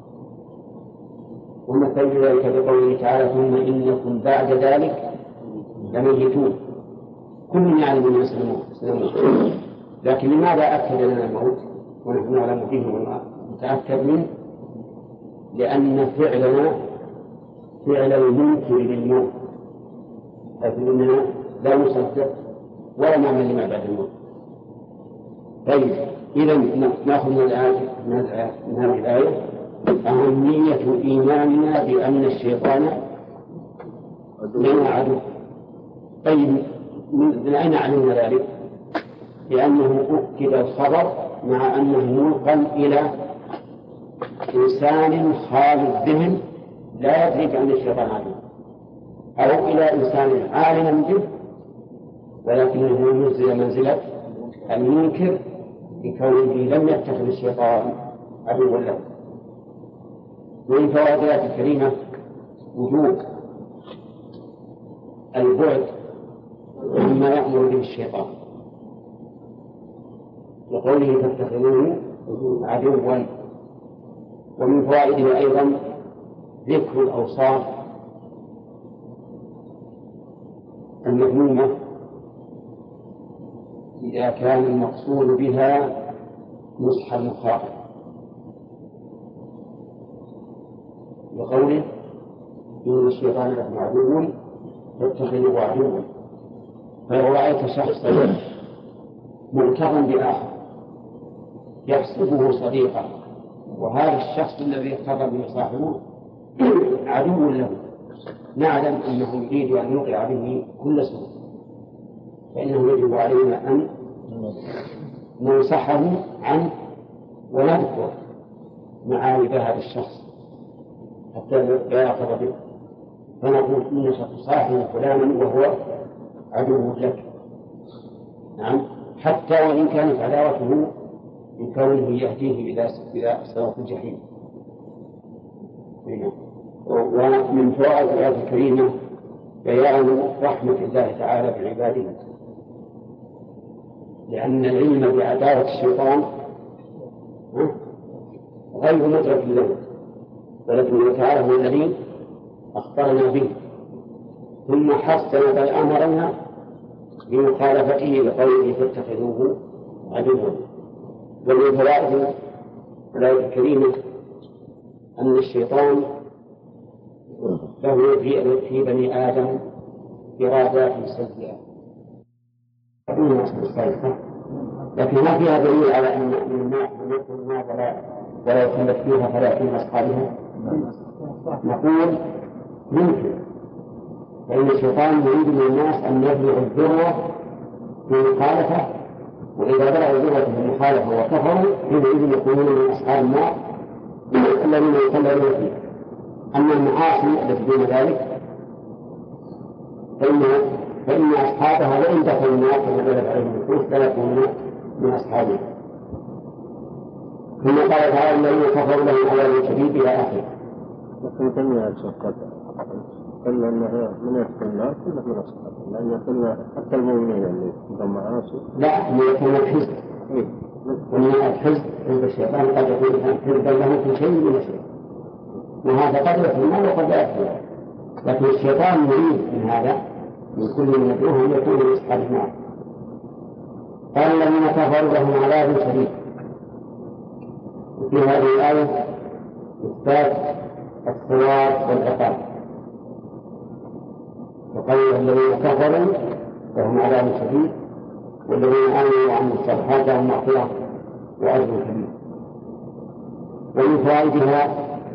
ومثل ذلك بقوله تعالى ثم إنكم بعد ذلك لميتون. كل يعلم أن سنموت، لكن لماذا أكد لنا الموت ونحن نعلم فيه ونتأكد منه؟ لأن فعلنا فعل المنكر للموت، حيث أننا لا نصدق ولا نعمل لما بعد الموت. طيب إذا نأخذ من الآية من هذه الآية أهمية إيماننا بأن الشيطان لنا عدو. طيب من أين علمنا ذلك؟ لأنه أكد الخبر مع أنه ينقل إلى إنسان خالي الذهن لا يدري بأن الشيطان عدو، أو إلى إنسان عالم به ولكنه ينزل منزلة المنكر بكونه لم يتخذ الشيطان عدوا له. ومن فوائد الآية الكريمة وجوب البعد عن عما يأمر به الشيطان لقوله فاتخذوه عدوا. ومن فوائده أيضا ذكر الأوصاف المذمومة إذا كان المقصود بها نصح المخاطب، لقوله إن الشيطان لكم عدو فاتخذوه عدوا. فلو رأيت شخصا مرتضا بآخر يحسبه صديقا وهذا الشخص الذي ارتضى به صاحبه عدو له، نعلم أنه يريد أن يوقع به كل سوء، فإنه يجب علينا أن ننصحه عنه ونذكر معايب هذا الشخص حتى لا يعترض به، فنقول إنك تصاحب فلانا وهو عدو لك. نعم، حتى وإن كانت عداوته بكونه يهديه إلى إلى صراط الجحيم. ومن فوائد الآية الكريمة بيان رحمة الله تعالى بعباده، لأن العلم بعداوة الشيطان غير مدرك له، ولكن تعالى هو الذي أخبرنا به، ثم حسن بل أمرنا بمخالفته لقوله فاتخذوه عدوا. ومن فوائد الآية الكريمة أن الشيطان له في بني آدم إرادات سيئة، لكن ما فيها دليل على أن الناس يكون ولا ولا يخلف فيها فلا يكون أصحابها. نقول ممكن، فإن الشيطان يريد من الناس أن يبلغوا الذروة في المخالفة، وإذا بلغوا الذروة في المخالفة وكفروا حينئذ يكونون من أصحاب النار الذين يخلدون فيها. أما المعاصي التي دون ذلك فإن فإن أصحابها وإن دخلوا النار كما دلت عليهم النصوص لا يكونون من أصحابها. ثم قال تعالى الذين كفروا لهم عذاب شديد إلى آخره. لكن تنمية الشقة قلنا أنها من يدخل النار كلها من أصحابها، لأن قلنا حتى المؤمنين اللي عندهم معاصي لا يكون الحزب، ومن الحزب حزب الشيطان قد يكون حزبا له في شيء من الشيء، وهذا قد يكون النار وقد لا يكون، لكن الشيطان يريد من هذا من كل من يدعوه أن يكون من أصحاب النار. قال الذين كفروا لهم عذاب شديد. وفي هذه الآية إثبات الثواب والعقاب، وقال الذين كفروا لهم عذاب شديد والذين آمنوا وعملوا الصالحات لهم مغفرة وأجر كبير. ومن فوائدها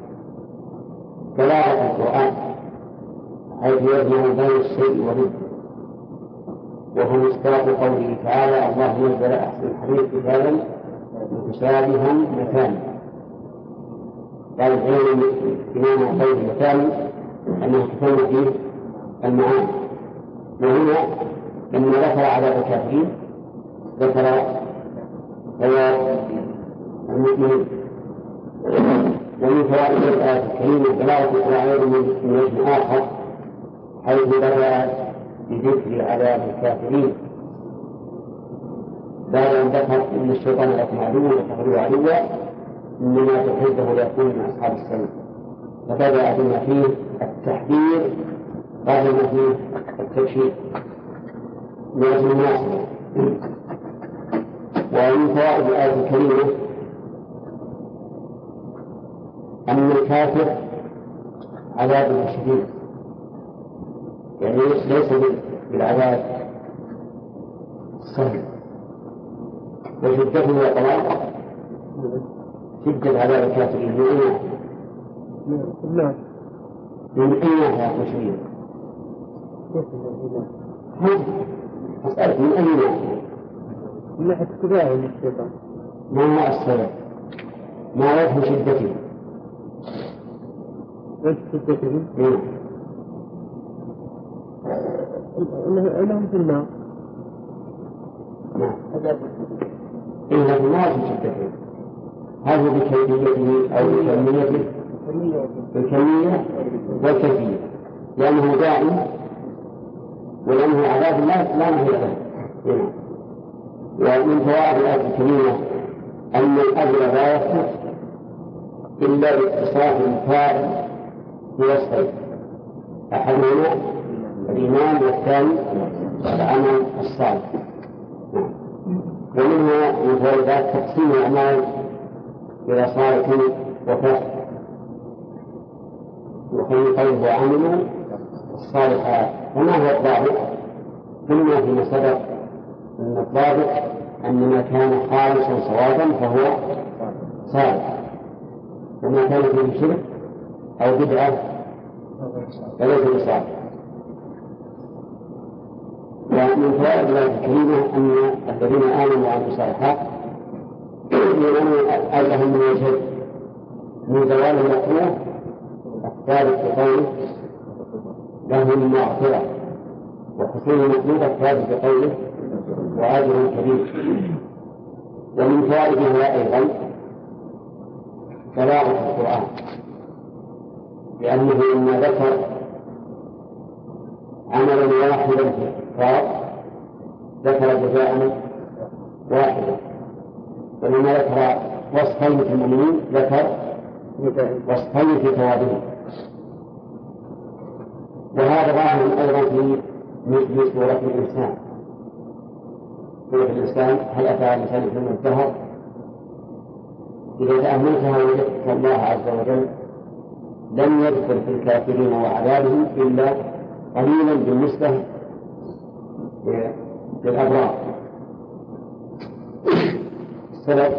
بلاغة القرآن حيث يجمع بين الشيء وضده، وهو مصداق قوله تعالى الله نزل أحسن الحديث كتابا متشابها مثاني. قال العلم إمام قوله مثاني أنه كتاب فيه المعاني، وهنا لما ذكر عذاب الكافرين ذكر ثواب المؤمنين. ومن فوائد الآية الكريمة بلاغة القرآن من وجه آخر حيث بدأ بذكر عذاب الكافرين بعد أن ذكر أن الشيطان لكم عدو وتخرجوا عدوا إنما تحبه ليكون من أصحاب السنة، فبدأ بما فيه التحذير قبل ما فيه التبشير من أجل المناسبة. ومن فوائد الآية الكريمة أن الكافر عذابه شديد، يعني ليس بالعذاب السهل، وشدته وطلاقه شدة عذاب الكافرين من أين من أين يكون شديد؟ أسألك من أين يكون؟ من ناحية اتباعه للشيطان. ما هو السبب؟ ما وجه شدته؟ وجه شدته؟ إنهم في النار. نعم. إنه ما وجه شدته؟ هل هو بكيفيته أو بكميته؟ بالكمية والكيفية، لأنه دائم ولأنه عذاب لا لا نهي له. ومن فوائد الآية الكريمة أن الأجر لا يثبت إلا باتصاف الفاعل بوصفين، أحدهما الإيمان والثاني العمل الصالح. ومنها من فوائد تقسيم الأعمال إلى صالح وفاسد، وخير قوله وعملوا الصالحات. وما هو الضابط؟ قلنا فيما سبق أن الضابط أن ما كان خالصا صوابا فهو صالح، وما كان فيه شرك أو بدعة فليس بصالح. ومن فوائد الآية الكريمة أن الذين آمنوا وعملوا الصالحات يؤمنون أجرهم من وجهين: من زوال المكروه الثابت بقوله لهم مغفرة، وحصول المطلوب الثابت بقوله وأجر كبير. ومن فوائدها أيضا بلاغة القرآن، لأنه لما ذكر عملا واحدا في الكفار ذكر جزاء واحدا، ولما ذكر وصفين في المؤمنين ذكر وصفين في ثوابهم. وهذا ظاهر أيضا في مثل سورة الإنسان. سورة الإنسان هل أتى الإنسان في الدهر؟ إذا تأملتها وجدت الله عز وجل لم يذكر في الكافرين وعذابهم إلا قليلا بالنسبة للأبرار. السبب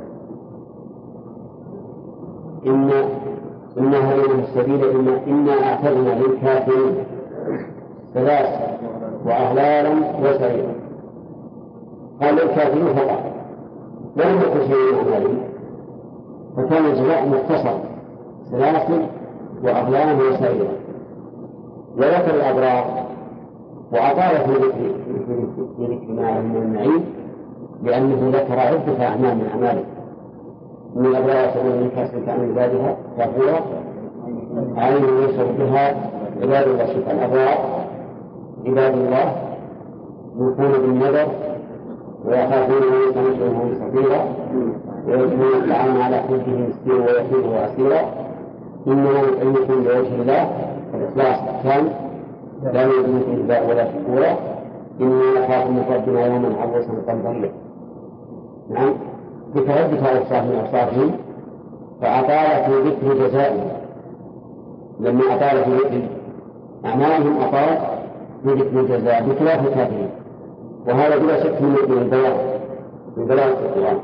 إن إن هذه السبيل إن إنا أعتدنا للكافرين ثلاث وأغلالا وسعيرا. قال للكافرين فقط لم يكن شيء من أعمالهم، فكان الجزاء مختصر سلاسل وأغلالا وسعيرا. وذكر الأبرار وأطال في ذكر ما من النعيم، لأنه ذكر عدة أعمال من أعماله. من الأبرار يشربون من كأس كان عبادها كافورا عين يشرب بها عباد الله. شوف الأبرار عباد الله يوفون بالنذر ويخافون أن يطعمهم صغيرا ويجمعون الطعام على حبه مسكينا ويتيما وأسيرا إنما نطعمكم لوجه الله. الإخلاص كان لا نريد منكم جزاء ولا شكورا إنا نخاف من ربنا يوما عبوسا قمطريرا. نعم، بتردد أوصاف من أوصافهم فأطال في ذكر جزائهم. لما أطال في ذكر أعمالهم أطال في ذكر الجزاء بخلاف الكافرين. وهذا بلا شك من البلاغ من بلاغ القرآن.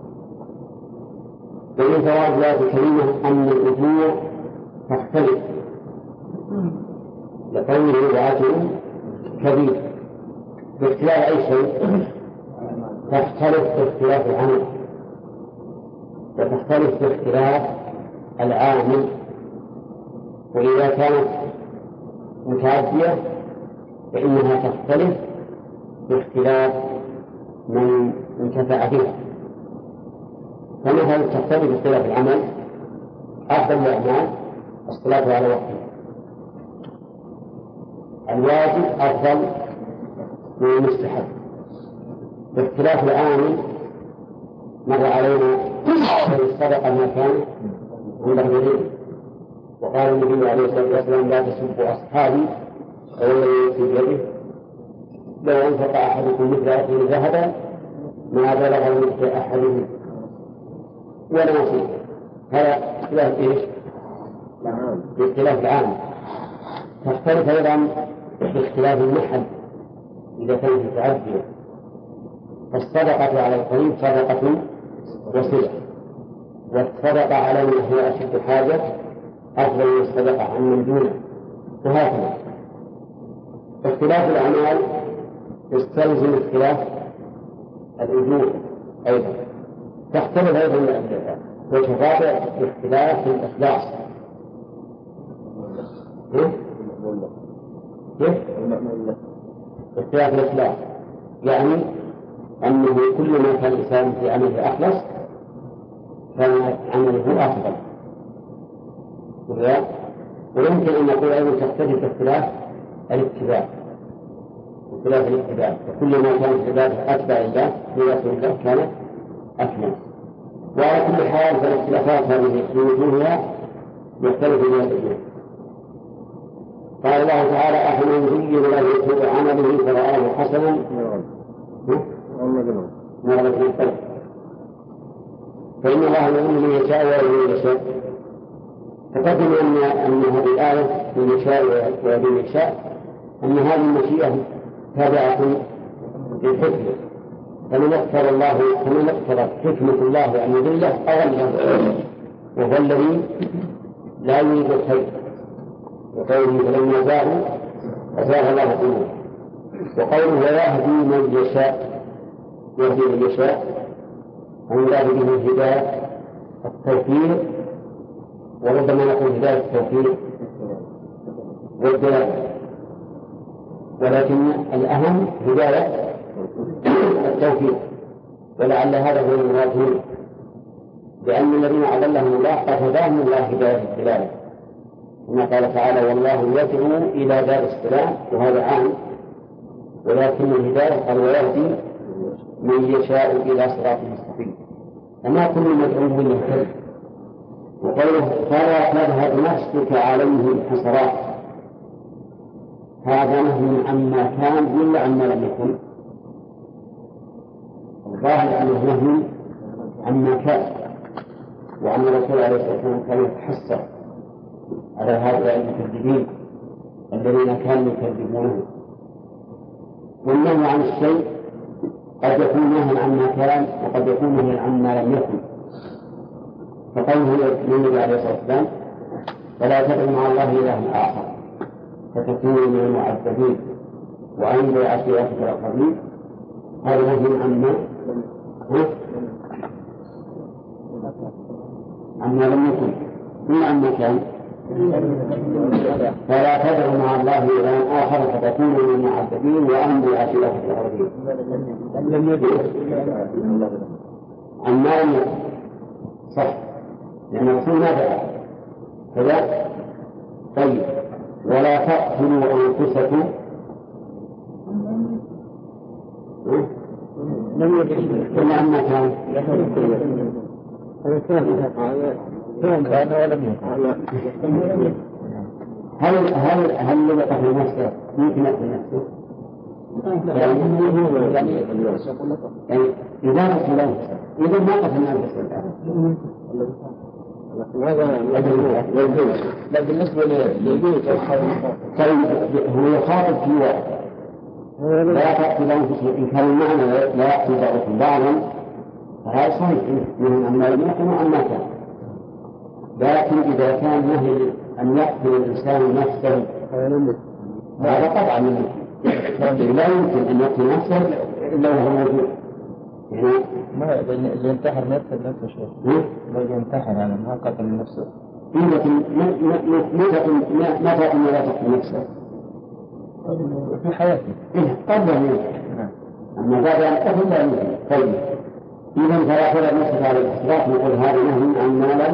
ومن فوائد الآية الكريمة أن الأجور تختلف لقوله وآتهم كبير. باختلاف أي شيء تختلف باختلاف العمل، وتختلف باختلاف العامل. وإذا كانت متعدية فإنها تختلف باختلاف من انتفع بها. فمثلا تختلف باختلاف العمل. أفضل الأعمال الصلاة على وقتها، الواجب أفضل من المستحب. باختلاف العامل مر علينا الصدقة ما كان عند الغيرين، وقال النبي عليه الصلاة والسلام لا تسبوا أصحابي والذي يؤتي بيده لو أنفق أحدكم مثل أخيه ذهبا ما بلغ مثل أحدهم ولا نصيب. هذا اختلاف إيش؟ باختلاف العام. تختلف أيضا باختلاف المحل إذا كانت متعدية. فالصدقة على القريب صدقة وصلة، والصدقة على من هو أشد حاجة أفضل من الصدقة عن من دونه، وهكذا. اختلاف الأعمال يستلزم اختلاف الأجور أيضا. تختلف أيضا وتفاضل باختلاف الإخلاص. كيف؟ اختلاف الإخلاص يعني أنه كل ما كان الإنسان في عمله أخلص كان عمله أفضل. ويمكن أن نقول أيضا تختلف باختلاف الاتباع. خلاف العبادة، وكلما كانت العبادة أتبع الله لرسول الله كانت أكمل. وعلى كل حال فالاختلافات هذه في وجوهها يختلف بها الأجوبة. قال الله تعالى: أفمن زين له سوء عمله فرآه حسنا فإن الله يؤمن من يشاء ويؤمن من يشاء. تقدم أن أن هذه الآية من يشاء ويؤمن من يشاء أن هذه المشيئة تابعة للحكمة، فمن اقتضى الله فمن اقتضت حكمة الله أن يضله أضله، وهو الذي لا يريد الخير، وقوله فلما زاغوا أزاغ الله قلوبهم، وقوله ويهدي من يشاء يهدي من يشاء المراد به هداية التوفيق، وربما نقول هداية التوفيق والدلالة، ولكن الأهم هداية التوفيق، ولعل هذا هو المراد هنا، لأن الذين أضلهم الله قد هداهم الله هداية الدلالة، كما قال تعالى: والله يدعو إلى دار السلام، وهذا عام، ولكن الهداية قال ويهدي من يشاء إلى صراط مستقيم، فما كل مدعو يهتدي. وقوله فلا تذهب نفسك عليهم حسرات، هذا نهي عما كان ولا عما لم يكن؟ الظاهر أنه نهي عما كان، وأن الرسول عليه الصلاة والسلام كان يتحسر على هؤلاء المكذبين الذين كانوا يكذبونه. والنهي عن الشيء قد يكون نهيا عما كان، وقد يكون نهيا عما لم يكن، فقوله للنبي عليه الصلاة والسلام: فلا تدع مع الله إلها آخر فتكون من المعذبين وأنذر عشيرتك الأقربين، هذا نهي عما عما لم يكن من عما كان. فلا تدع مع الله إلها آخر فتكون من المعذبين وأنذر عشيرتك الأقربين لم يكن عما لم يكن، صح، لأن الرسول ما دعا كذا. طيب، ولا تقتلوا أنفسكم لم يكن عما كان كان ولم يكن. هل هل هل اللي قتل نفسه يمكن يقتل نفسه؟ يعني يعني إذا قتل نفسه إذا ما قتل نفسه لا بالنسبة للبيت. طيب، هو يخاطب في واحد لا تقتل أنفسكم، إن كان المعنى لا يقتل بعضكم بعضا فهذا صحيح من عما لم يكن وعما كان، لكن إذا كان نهي أن يقتل الإنسان نفسه هذا طبعا لا يمكن أن يقتل نفسه إلا وهو موجود. ما اللي ينتحر نفسه نفسه شيء اللي ينتحر يعني ما قتل نفسه، لكن متى أن لا تقتل نفسه في حياته قبل أن ينتحر، أما بعد أن قتل لا يمكن. طيب، إذا فلا خلق نفسك على الإحتراف، نقول هذا نهي عن ما لم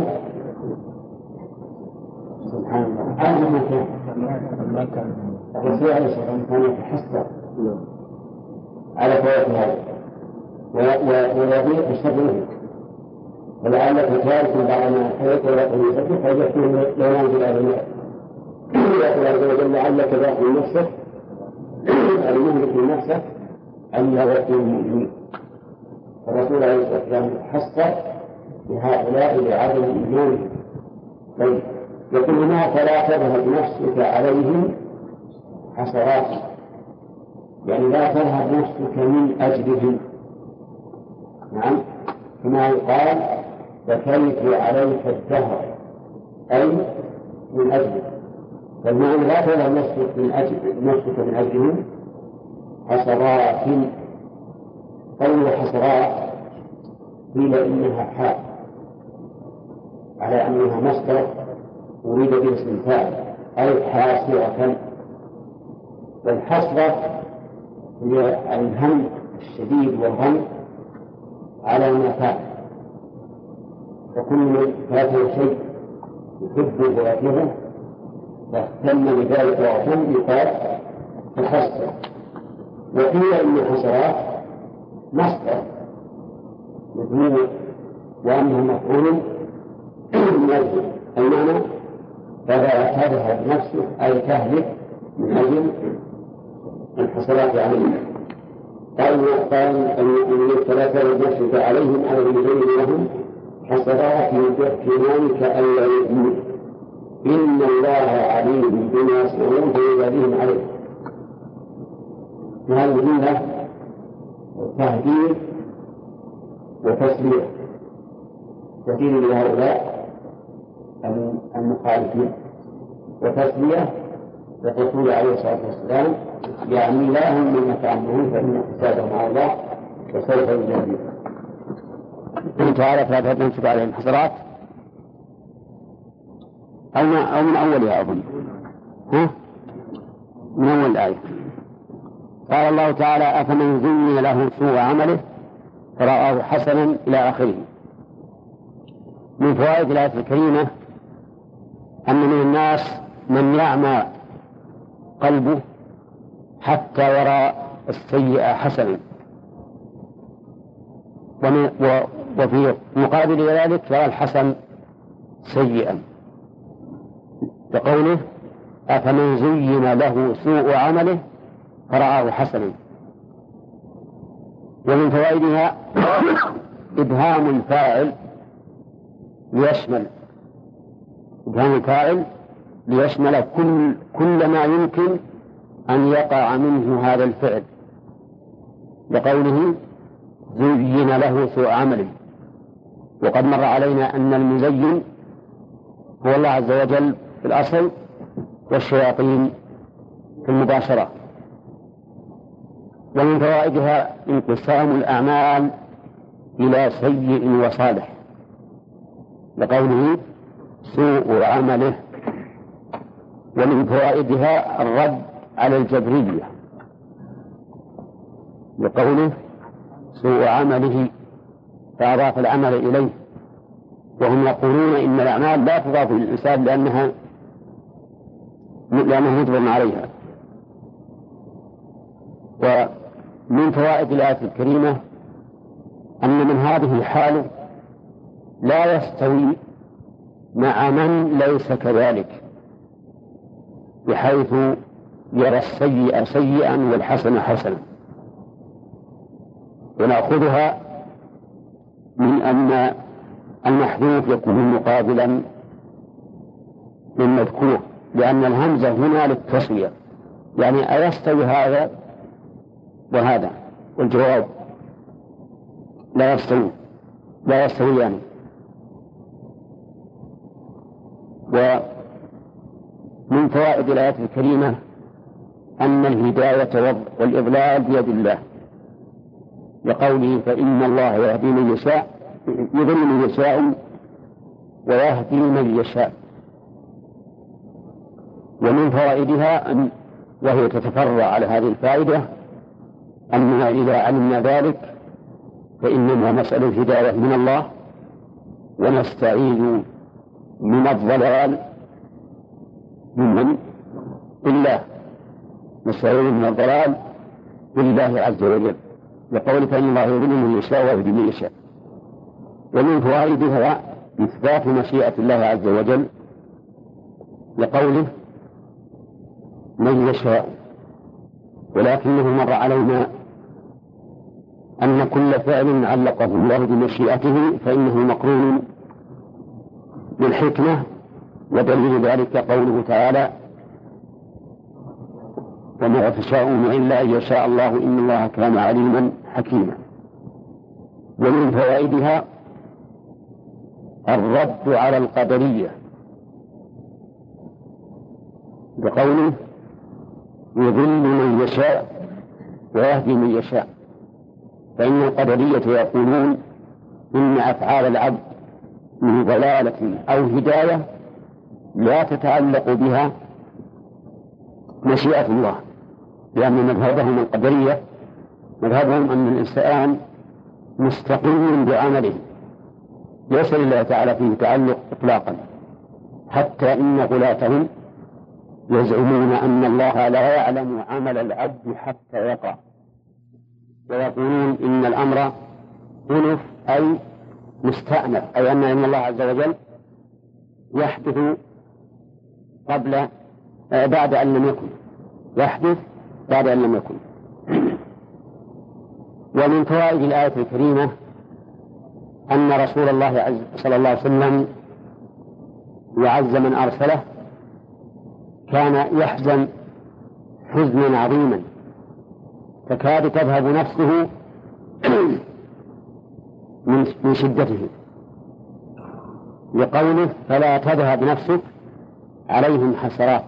سبحان الله أعلم ما كان. ما كان الرسول عليه الصلاة والسلام كان يتحسر على فوات هذا ويضيق الشر، ولعلك تارك بعد ما حيث ولا تنسك فيكون لا ينزل على الماء. يقول عز وجل: لعلك باقي نفسك أن يهلك نفسك أن يغفر المؤمنين. الرسول عليه الصلاة والسلام تحسر بهؤلاء لعدم إيمانهم. طيب، يقول هنا: فلا تذهب نفسك عليهم حسرات، يعني لا تذهب نفسك من أجلهم. نعم، كما يقال: فكيف عليك الدهر، أي من أجلك. فالمعنى لا تذهب نفسك من أجل نفسك من أجلهم حسرات. قول حسرات قيل إنها حال على أنها مصدر أريد به اسم فاعل، أي حاسرة. والحسرة هي الهم الشديد والغم على ما فات، فكل فاته شيء يحبه ويكرهه فاهتم بذلك وأهتم يقال تحسر. وقيل إن الحسرات مصدر مفهوم وأنه مفعول من أجل المعنى فلا تذهب نفسه أي تهلك من أجل الحسرات عليهم. قال قال أن فلا تذهب نفسك عليهم على المزين لهم حسرات يحكمانك ألا يؤمنوا إن الله عليم بما يصنعون فيجازيهم عليه. وهذه الجملة تهديد وتسلية تدين لهؤلاء المخالفين وتسلية للرسول عليه الصلاة والسلام يعني لا هم مما تعملون فإن حسابهم على الله وسوف يجازيهم. قلت تعالى فلا تهب نفسك عليهم حسرات أو, أو من أولها أظن ها؟ من أول الآية قال الله تعالى أفمن زين له سوء عمله فرآه حسنا إلى آخره. من فوائد الآية الكريمة أن من الناس من يعمى قلبه حتى يرى السيئة حسنا وفي مقابل ذلك يرى الحسن سيئا بقوله أفمن زين له سوء عمله فرآه حسنا. ومن فوائدها إبهام الفاعل ليشمل إبهام الفاعل ليشمل كل, كل ما يمكن أن يقع منه هذا الفعل بقوله زين له سوء عمله. وقد مر علينا أن المزين هو الله عز وجل في الأصل والشياطين في المباشرة. ومن فوائدها انقسام الأعمال إلى سيء وصالح بقوله سوء عمله. ومن فوائدها الرد على الجبرية بقوله سوء عمله فأضاف العمل إليه وهم يقولون إن الأعمال لا تضاف للإنسان لأنها لأنه مجبر عليها. ومن فوائد الآية الكريمة أن من هذه الحال لا يستوي مع من ليس كذلك بحيث يرى السيئة سيئا والحسن حسنا. ونأخذها من أن المحذوف يكون مقابلا للمذكور لأن الهمزة هنا للتصوير يعني أيستوي هذا وهذا والجواب لا يستوي لا يستويان يعني. ومن فوائد الآية الكريمة أن الهداية والإضلال بيد الله لقوله فإن الله يهدي من يشاء يضل من يشاء ويهدي من يشاء. ومن فوائدها أن وهي تتفرع على هذه الفائدة أننا إذا علمنا ذلك فإننا نسأل الهداية من الله ونستعيذ من الضلال ممن بالله نستعيذ من الضلال بالله عز وجل لقول فإن الله يضل من يشاء ويهدي من يشاء. ومن فوائدها إثبات مشيئة الله عز وجل لقوله من يشاء. ولكنه مر علينا أن كل فعل علقه الله بمشيئته فإنه مقرون بالحكمة ودليل ذلك قوله تعالى وما تشاءون إلا أن يشاء الله إن الله كان عليما حكيما. ومن فوائدها الرد على القدرية بقوله يضل من يشاء ويهدي من يشاء. فإن القدرية يقولون إن أفعال العبد من ضلالة أو هداية لا تتعلق بها مشيئة الله لأن مذهبهم القدرية مذهبهم أن الإنسان مستقل بعمله ليس لله تعالى فيه تعلق إطلاقا حتى إن غلاتهم يزعمون أن الله لا يعلم عمل العبد حتى يقع ويقولون إن الأمر أنف أي مستأنف، أي أن إن الله عز وجل يحدث قبل بعد أن لم يكن، يحدث بعد أن لم يكن. ومن فوائد الآية الكريمة أن رسول الله صلى الله عليه وسلم وعز من أرسله كان يحزن حزنا عظيما تكاد تذهب نفسه من شدته، لقوله فلا تذهب نفسك عليهم حسرات.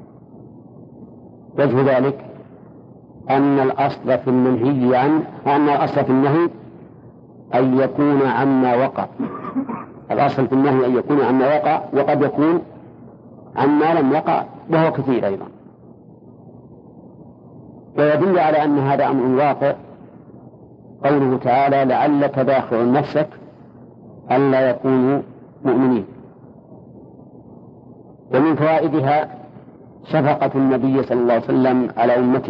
وجه ذلك أن الأصل في المنهي عنه أن الأصل في النهي أن يكون عما وقع، الأصل في النهي أن يكون عما وقع، وقد يكون عما لم يقع وهو كثير أيضا. ويدل على أن هذا أمر واقع قوله تعالى لعلك باخع نفسك ألا يكونوا مؤمنين. ومن فوائدها شفقة النبي صلى الله عليه وسلم على أمته.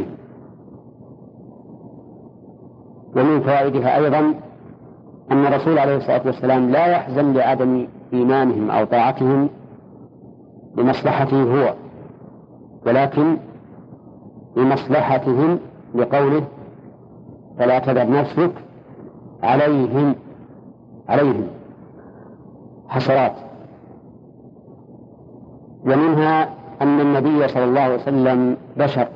ومن فوائدها أيضا أن الرسول عليه الصلاة والسلام لا يحزن لعدم إيمانهم أو طاعتهم لمصلحته هو، ولكن لمصلحتهم، لقوله فلا تذهب نفسك عليهم عليهم حسرات. ومنها أن النبي صلى الله عليه وسلم بشر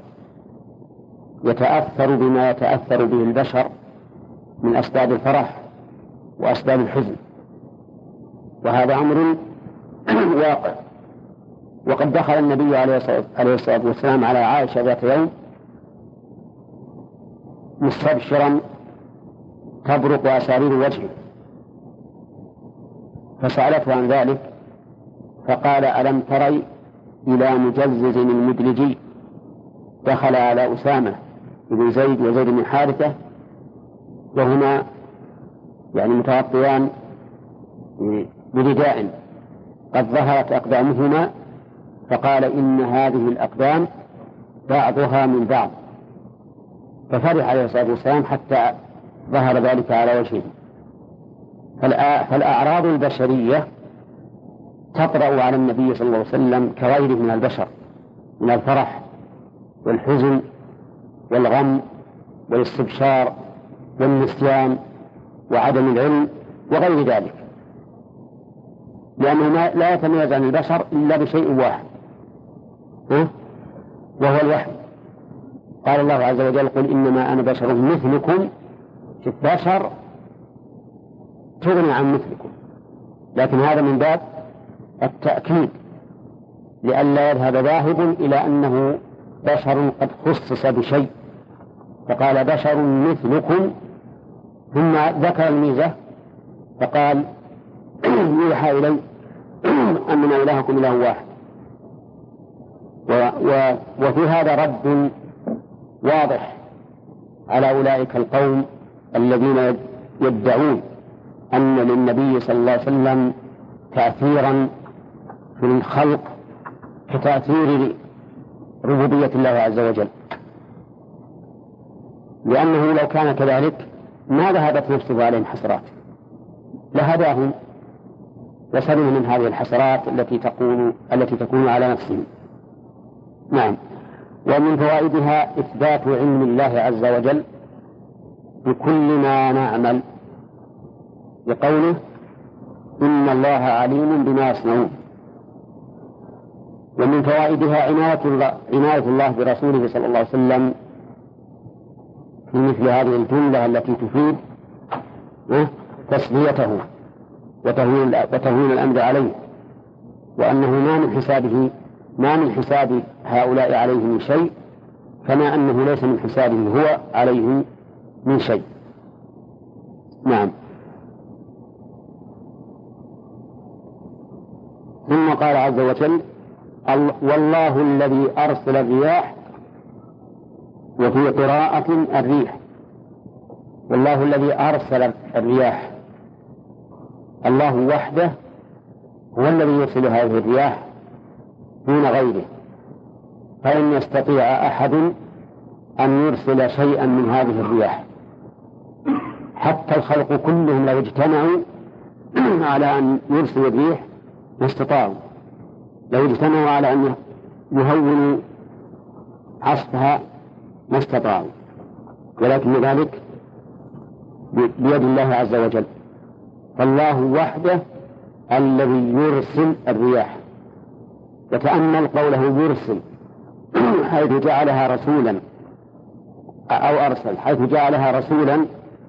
يتأثر بما يتأثر به البشر من أسباب الفرح وأسباب الحزن، وهذا أمر واقع. وقد دخل النبي عليه الصلاة والسلام على عائشة ذات يوم مستبشرا تبرق أسارير وجهه، فسألته عن ذلك فقال ألم تري إلى مجزز المدلجي دخل على أسامة بن زيد وزيد بن حارثة وهما يعني متغطيان برداء قد ظهرت أقدامهما، فقال إن هذه الأقدام بعضها من بعض، ففرح عليه الصلاة والسلام حتى ظهر ذلك على وجهه. فالأعراض البشرية تطرأ على النبي صلى الله عليه وسلم كغيره من البشر من الفرح والحزن والغم والاستبشار والنسيان وعدم العلم وغير ذلك، لأنه لا يتميز عن البشر إلا بشيء واحد وهو الوحي. قال الله عز وجل قل إنما أنا بشر مثلكم، شوف بشر تغني عن مثلكم، لكن هذا من باب التأكيد لئلا يذهب ذاهب إلى أنه بشر قد خصص بشيء، فقال بشر مثلكم ثم ذكر الميزة فقال يوحى إلي أنما إلهكم إله واحد. وفي هذا رد واضح على أولئك القوم الذين يدعون أن للنبي صلى الله عليه وسلم تأثيرا في الخلق كتأثير ربوبية الله عز وجل، لأنه لو كان كذلك ما ذهبت نفسه عليهم حسرات، لهداهم وسلم من هذه الحسرات التي تكون التي تكون على نفسهم. نعم. ومن فوائدها إثبات علم الله عز وجل بكل ما نعمل، بقوله إن الله عليم بما يصنعون. ومن فوائدها عناية الله, عناية الله برسوله صلى الله عليه وسلم في مثل هذه الجملة التي تفيد تسليته وتهوين الأمر عليه، وأنه ما من حسابه ما من حساب هؤلاء عليه من شيء، كما أنه ليس من حسابه هو عليه من شيء. نعم. ثم قال عز وجل والله الذي أرسل الرياح، وفي قراءة الريح، والله الذي أرسل الرياح، الله وحده هو الذي يرسل هذه الرياح دون غيره، فإن يستطيع أحد أن يرسل شيئا من هذه الرياح حتى الخلق كلهم لو اجتمعوا على أن يرسلوا الريح ما استطاعوا، لو اجتمعوا على أن يهونوا عصفها ما استطاعوا، ولكن ذلك بيد الله عز وجل. فالله وحده الذي يرسل الرياح. وتأمل قوله يرسل حيث جعلها رسولا أو أرسل، حيث جعلها رسولا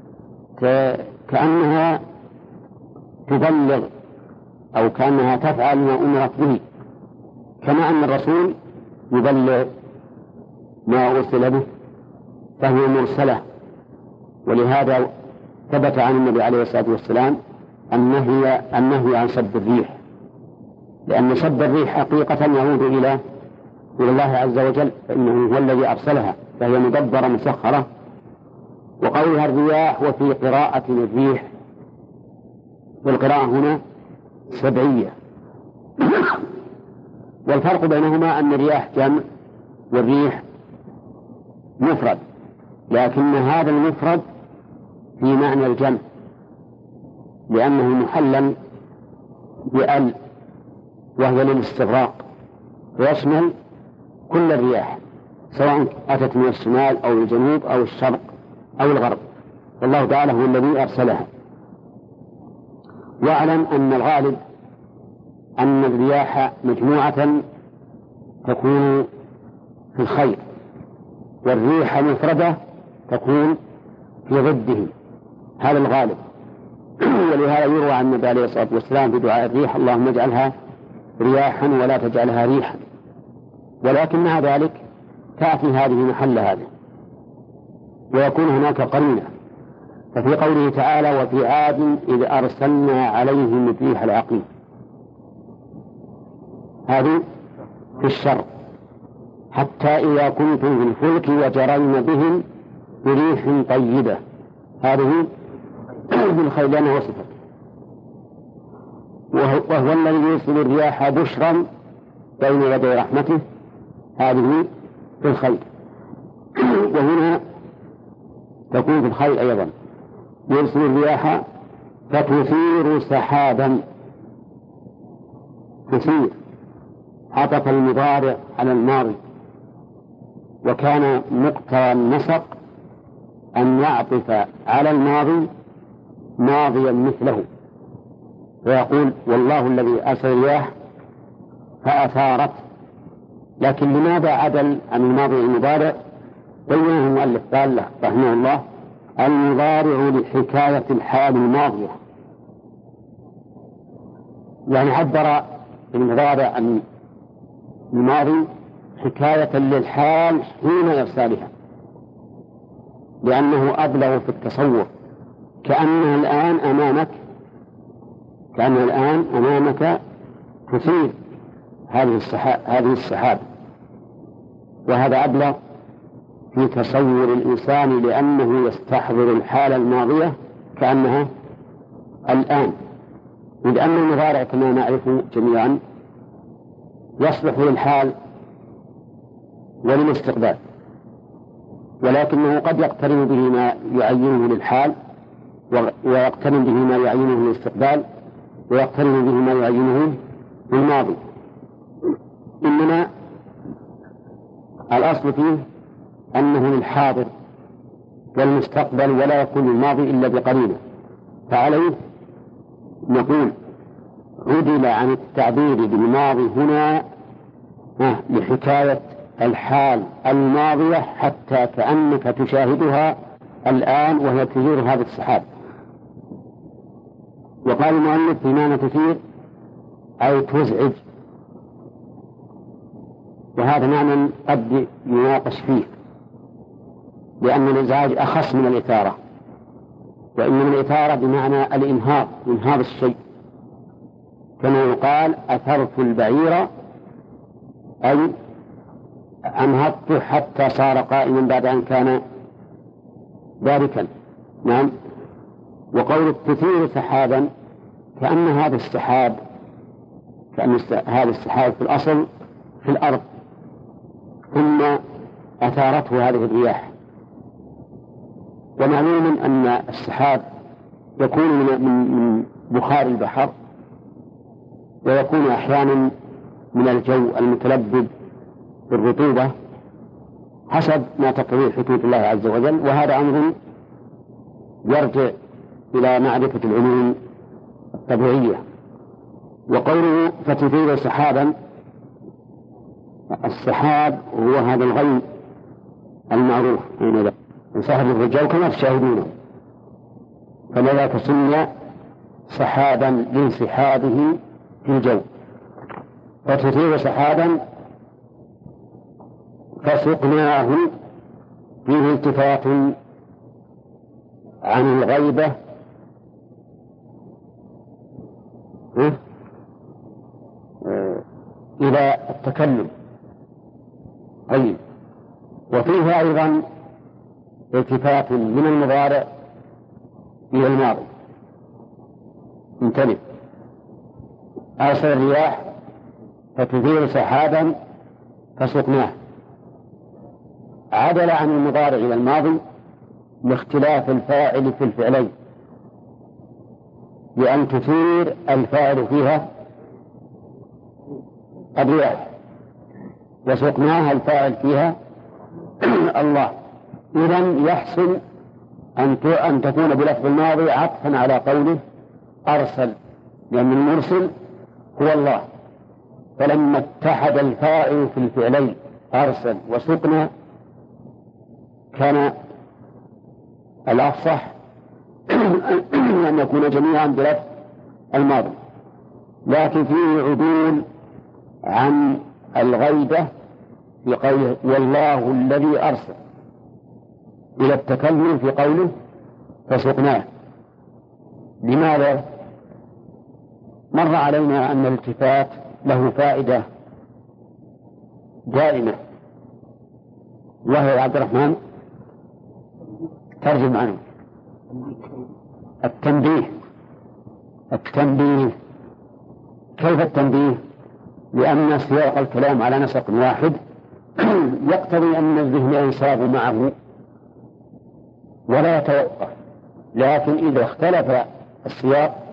كأنها تبلغ أو كأنها تفعل ما أمرت به، كما أن الرسول يبلغ ما أرسل به فهي مرسلة. ولهذا ثبت عن النبي عليه الصلاة والسلام النهي النهي عن سب الريح، لأن سب الريح حقيقة يعود إلى إلى الله عز وجل، فإنه هو الذي أرسلها، فهي مدبرة مسخرة. وقولها الرياح وفي قراءة الريح، والقراءة هنا سبعية. والفرق بينهما أن الرياح جمع والريح مفرد، لكن هذا المفرد في معنى الجمع لأنه محلل بأل وهي للاستغراق، ويشمل كل الرياح سواء أتت من الشمال أو الجنوب أو الشرق أو الغرب، والله تعالى هو الذي أرسلها. واعلم أن الغالب أن الرياح مجموعة تكون في الخير، والريح مفردة تكون في ضده، هذا الغالب. ولهذا يروى عن النبي عليه الصلاة والسلام في دعاء الريح اللهم اجعلها رياحا ولا تجعلها ريحا، ولكن مع ذلك تأتي هذه محل هذه ويكون هناك قرينة. ففي قوله تعالى وفي عاد إذ أرسلنا عليهم الريح العقيم، هذه في الشر، حتى إذا كنتم في الفلك وجرين بهم بريح طيبة، هذه بالخير لأنه وصفت. وهو الذي يرسل الرياح بشرا بين يدي رحمته، هذه في الخير. وهنا تكون في الخير أيضا، يرسل الرياح فتثير سحابا، تثير عطف المضارع على الماضي، وكان مقتضى النسق أن يعطف على الماضي ماضيا مثله، ويقول والله الذي أرسل الرياح فأثارت. لكن لماذا عدل عن الماضي المضارع؟ بينه المؤلف قال له رحمه الله المضارع لحكاية الحال الماضية، يعني عبر المضارع عن الماضي حكاية للحال حين إرسالها، لأنه أبلغ في التصور، كأنها الآن أمامك كأنها الآن أمامك تثير هذه السحاب هذه السحاب وهذا أبلغ في تصور الإنسان، لأنه يستحضر الحالة الماضية كأنها الآن. ولأن المضارع كما نعرف جميعا يصلح للحال وللاستقبال، ولكنه قد يقترن به ما يعينه للحال، ويقترن به ما يعينه للاستقبال، ويقترن به ما يعينه للماضي. إنما الأصل فيه أنه للحاضر والمستقبل، ولا يكون الماضي إلا بقرينه. فعليه نقول عدل عن التعبير بالماضي هنا لحكاية الحال الماضية، حتى كأنك تشاهدها الآن وهي تثير هذا السحاب. وقال المؤلف في معنى تثير أي تزعج، وهذا معنى قد يناقش فيه، لأن الإزعاج أخص من الإثارة، وإنما الإثارة بمعنى الإنهاض، إنهاض الشيء، كما يقال أثرت البعير أي أنهضت حتى صار قائما بعد أن كان باركا. نعم. وقول تثير سحابا كأن هذا السحاب كأن هذا السحاب في الأصل في الأرض، ثم أثارته هذه الرياح، ومعلوم أن السحاب يكون من بخار البحر، ويكون أحيانا من الجو المتلبد بالرطوبة حسب ما تقتضيه حدود الله عز وجل. وهذا أمر يرجع إلى معرفة العلوم الطبيعية. وقوله فتثير سحابا، السحاب هو هذا الغيم المعروف من سحب الرجال كما تشاهدونه، فلذلك سمي سحابا لانسحابه في الجو. فتثير سحابا فسقناه فيه التفات عن الغيبة إلى التكلم. طيب، وفيه أيضا التفات من المضارع إلى الماضي. انتبه، أرسل الرياح فتثير سحابا فسقناه، عدل عن المضارع إلى الماضي لاختلاف الفاعل في الفعلين، لأن تثير الفاعل فيها الرياح، وسقناها الفاعل فيها الله. إذن يحسن أن تكون بلفظ الماضي عطفا على قوله أرسل، لأن المرسل هو الله. فلما اتحد الفاعل في الفعلين أرسل وسقنا كان الأفصح أن يكون جميعا بلفظ الماضي. لكن فيه عدول عن الغيبة في قوله والله الذي أرسل إلى التكلم في قوله فسقناه. لماذا؟ مر علينا أن الالتفات له فائدة دائمة، وهي عبد الرحمن ترجم عنه التنبيه. التنبيه كيف التنبيه؟ لأن سياق الكلام على نسق واحد يقتضي أن الذهن ينصاب معه ولا يتوقف، لكن إذا اختلف السياق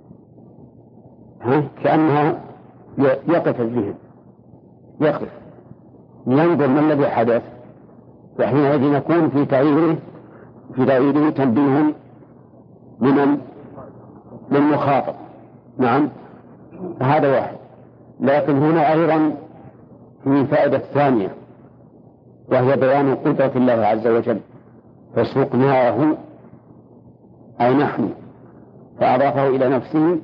كأنها يقف الذهن، يقف ينظر ما الذي حدث، وحينئذ يكون في تغييره في تغييره تنبيه لمن للمخاطب. نعم، هذا واحد. لكن هنا أيضا في فائدة ثانية، وهي بيان قدرة الله عز وجل. فسقناه أي نحن، فأضافه إلى نفسه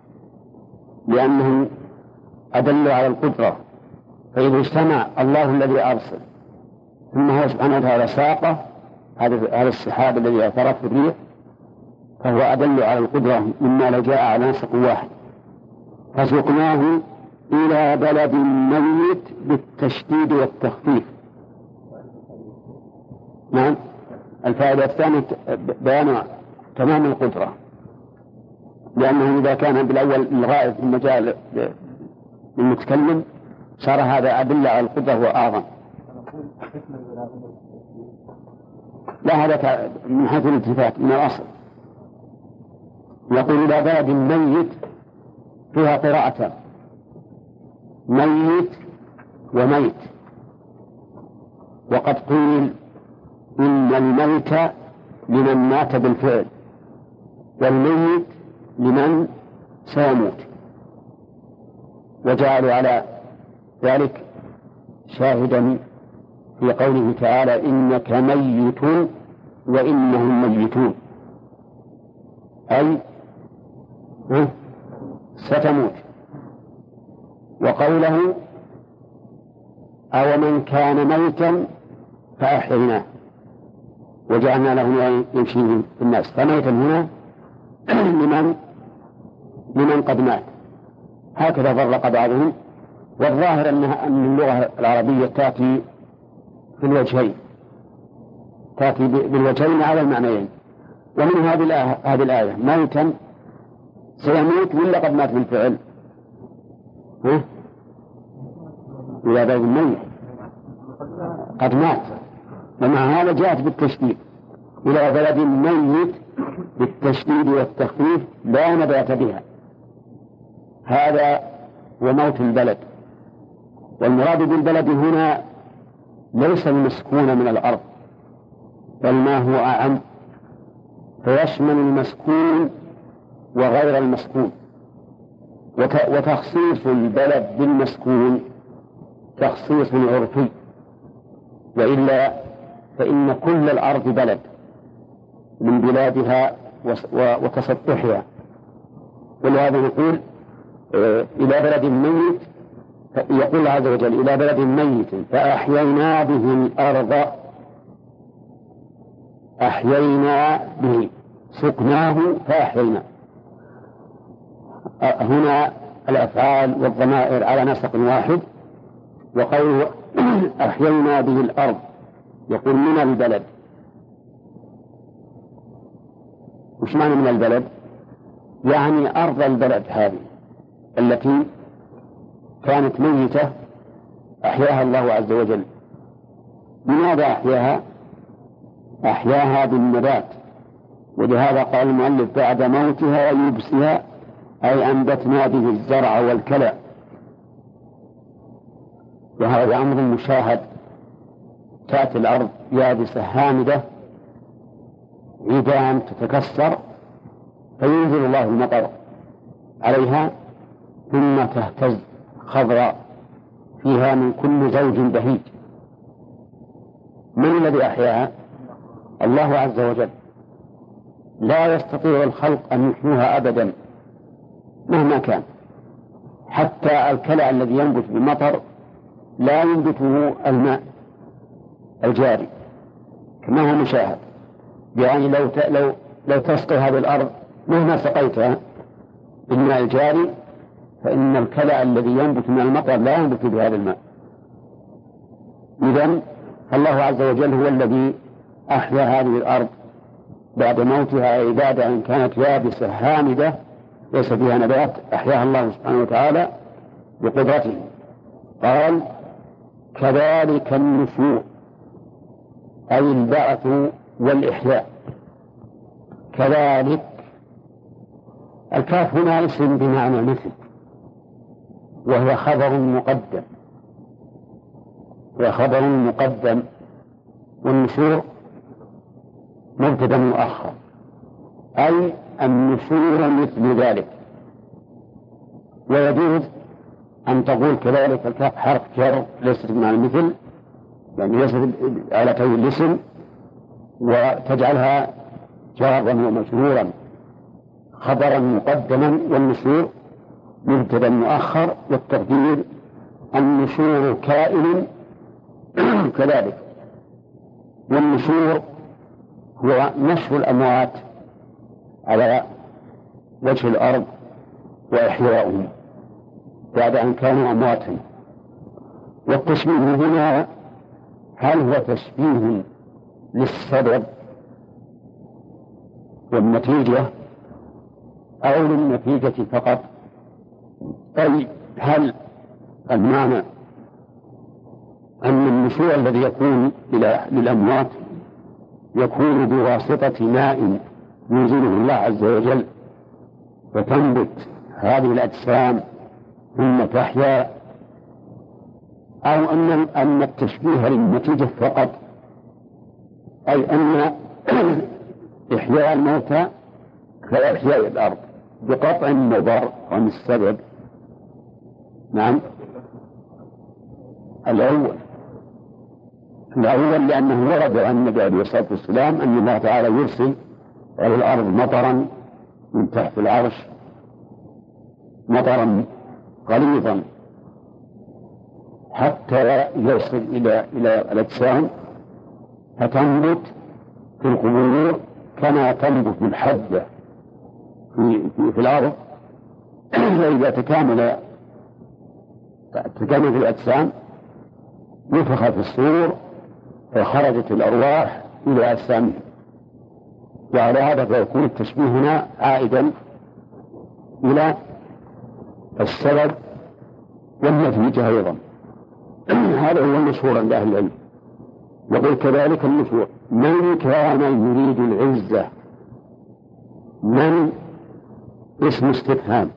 لأنه أدل على القدرة. فإذا اجتمع الله الذي أرسل ثم هو سبحانه وتعالى ساقه هذا السحاب الذي اعترف الريح، فهو أدل على القدرة مما لو جاء على نسق واحد. فسقناه إلى بلد ميت بالتشديد والتخفيف. نعم، الفائدة الثانية بيان تمام القدرة، لأنه إذا كان بالأول الغائب في المجال المتكلم صار هذا أدل على القدرة وأعظم. لا، هذا من حيث الالتفات من الأصل. يقول إلى بلد ميت فيها قراءتان، ميت وميت. وقد قيل إن الميت لمن مات بالفعل، والميت لمن سيموت. وجعلوا على ذلك شاهدا في قوله تعالى إنك ميت وإنهم ميتون، أي ستموت. وقوله أو من كان ميتا فأحييناه وجعلنا له يمشي في الناس. فميتا هنا لمن لمن قد مات. هكذا فرق بعضهم. والظاهر أنها أن اللغة العربية تأتي في الوجهين، تأتي بالوجهين على المعنيين. ومن هذه الآية, هذه الآية ميتا سيموت ولا قد مات بالفعل؟ ها؟ إذا باب الميت قد مات، ومع هذا جاءت بالتشديد إلى بلد ميت بالتشديد والتخفيف لا نبات بها. هذا هو موت البلد. والمراد بالبلد هنا ليس المسكون من الأرض، بل ما هو أعم، فيشمل المسكون وغير المسكون. وتخصيص البلد بالمسكون تخصيص عرفي، وإلا فإن كل الأرض بلد من بلادها وتسطحها. ولهذا نقول إلى بلد ميت، يقول عز وجل إلى بلد ميت فأحيينا به الأرض، أحيينا به، سقناه فأحيينا. هنا الأفعال والضمائر على نسق واحد. وقوله أحيينا به الأرض يقول من البلد. وش معنى من البلد؟ يعني أرض البلد هذه التي كانت ميتة أحياها الله عز وجل. لماذا أحياها؟ أحياها بالنبات. ولهذا قال المؤلف بعد موتها ويبسها، أي أنبتنا به الزرع والكلى. وهذا أمر مشاهد، تأتي الأرض يابسة هامدة عيدان تتكسر فينزل الله المطر عليها ثم تهتز خضراء فيها من كل زوج بهيج. من الذي أحياها؟ الله عز وجل. لا يستطيع الخلق أن يحيوها أبدا مهما كان. حتى الكلى الذي ينبت بالمطر لا ينبته الماء الجاري كما هو مشاهد. يعني لو لو لو تسقي هذه الأرض مهما سقيتها بالماء الجاري فإن الكلى الذي ينبت من المطر لا ينبت بهذا الماء. إذن الله عز وجل هو الذي أحيا هذه الأرض بعد موتها، أي بعد أن كانت يابسة هامدة ليس فيها نبات، أحياها الله سبحانه وتعالى بقدرته. قال كذلك النشور، أي البعث والإحياء. كذلك الكاف هنا اسم بمعنى مثل، وهي خبر مقدم، وخبر مقدم، والنشور مبتدأ مؤخر، أي النشور مثل ذلك. ويجوز أن تقول كذلك الكاف حرف جر ليست بمعنى مثل، يعني ليست على كون الاسم، وتجعلها جارا ومجرورا خبرا مقدما، والنشور مبتدأ مؤخر، والتقدير النشور كائن كذلك. والنشور هو نشر الأموات على وجه الأرض وإحياؤهم بعد أن كانوا أمواتا. والتشبيه هنا هل هو تشبيه للسبب والنتيجة أو للنتيجة فقط؟ أي هل المعنى أن النشوء الذي يكون للأموات يكون بواسطة ماء ينزله الله عز وجل فتنبت هذه الأجسام ثم تحيا، أو أن أن التشبيه للنتيجة فقط، أي أن إحياء الموتى كإحياء الأرض بقطع النظر عن السبب؟ نعم الأول الأول لأنه ورد عن النبي عليه الصلاة والسلام أن الله تعالى يرسل على الأرض مطرا من تحت العرش، مطرا غليظا حتى يصل إلى إلى الأجسام فتنبت في القبور كما تنبت الحبة في, في, في الأرض. فإذا تكامل تكامل في الأجسام نفخ في الصور فخرجت الأرواح إلى أجسامهم. وعلى هذا فيكون التشبيه هنا عائدا إلى السبب والنتيجة أيضا. هذا هو المشهور عند أهل العلم. يقول كذلك النشور من كان يريد العزة، من اسم استفهام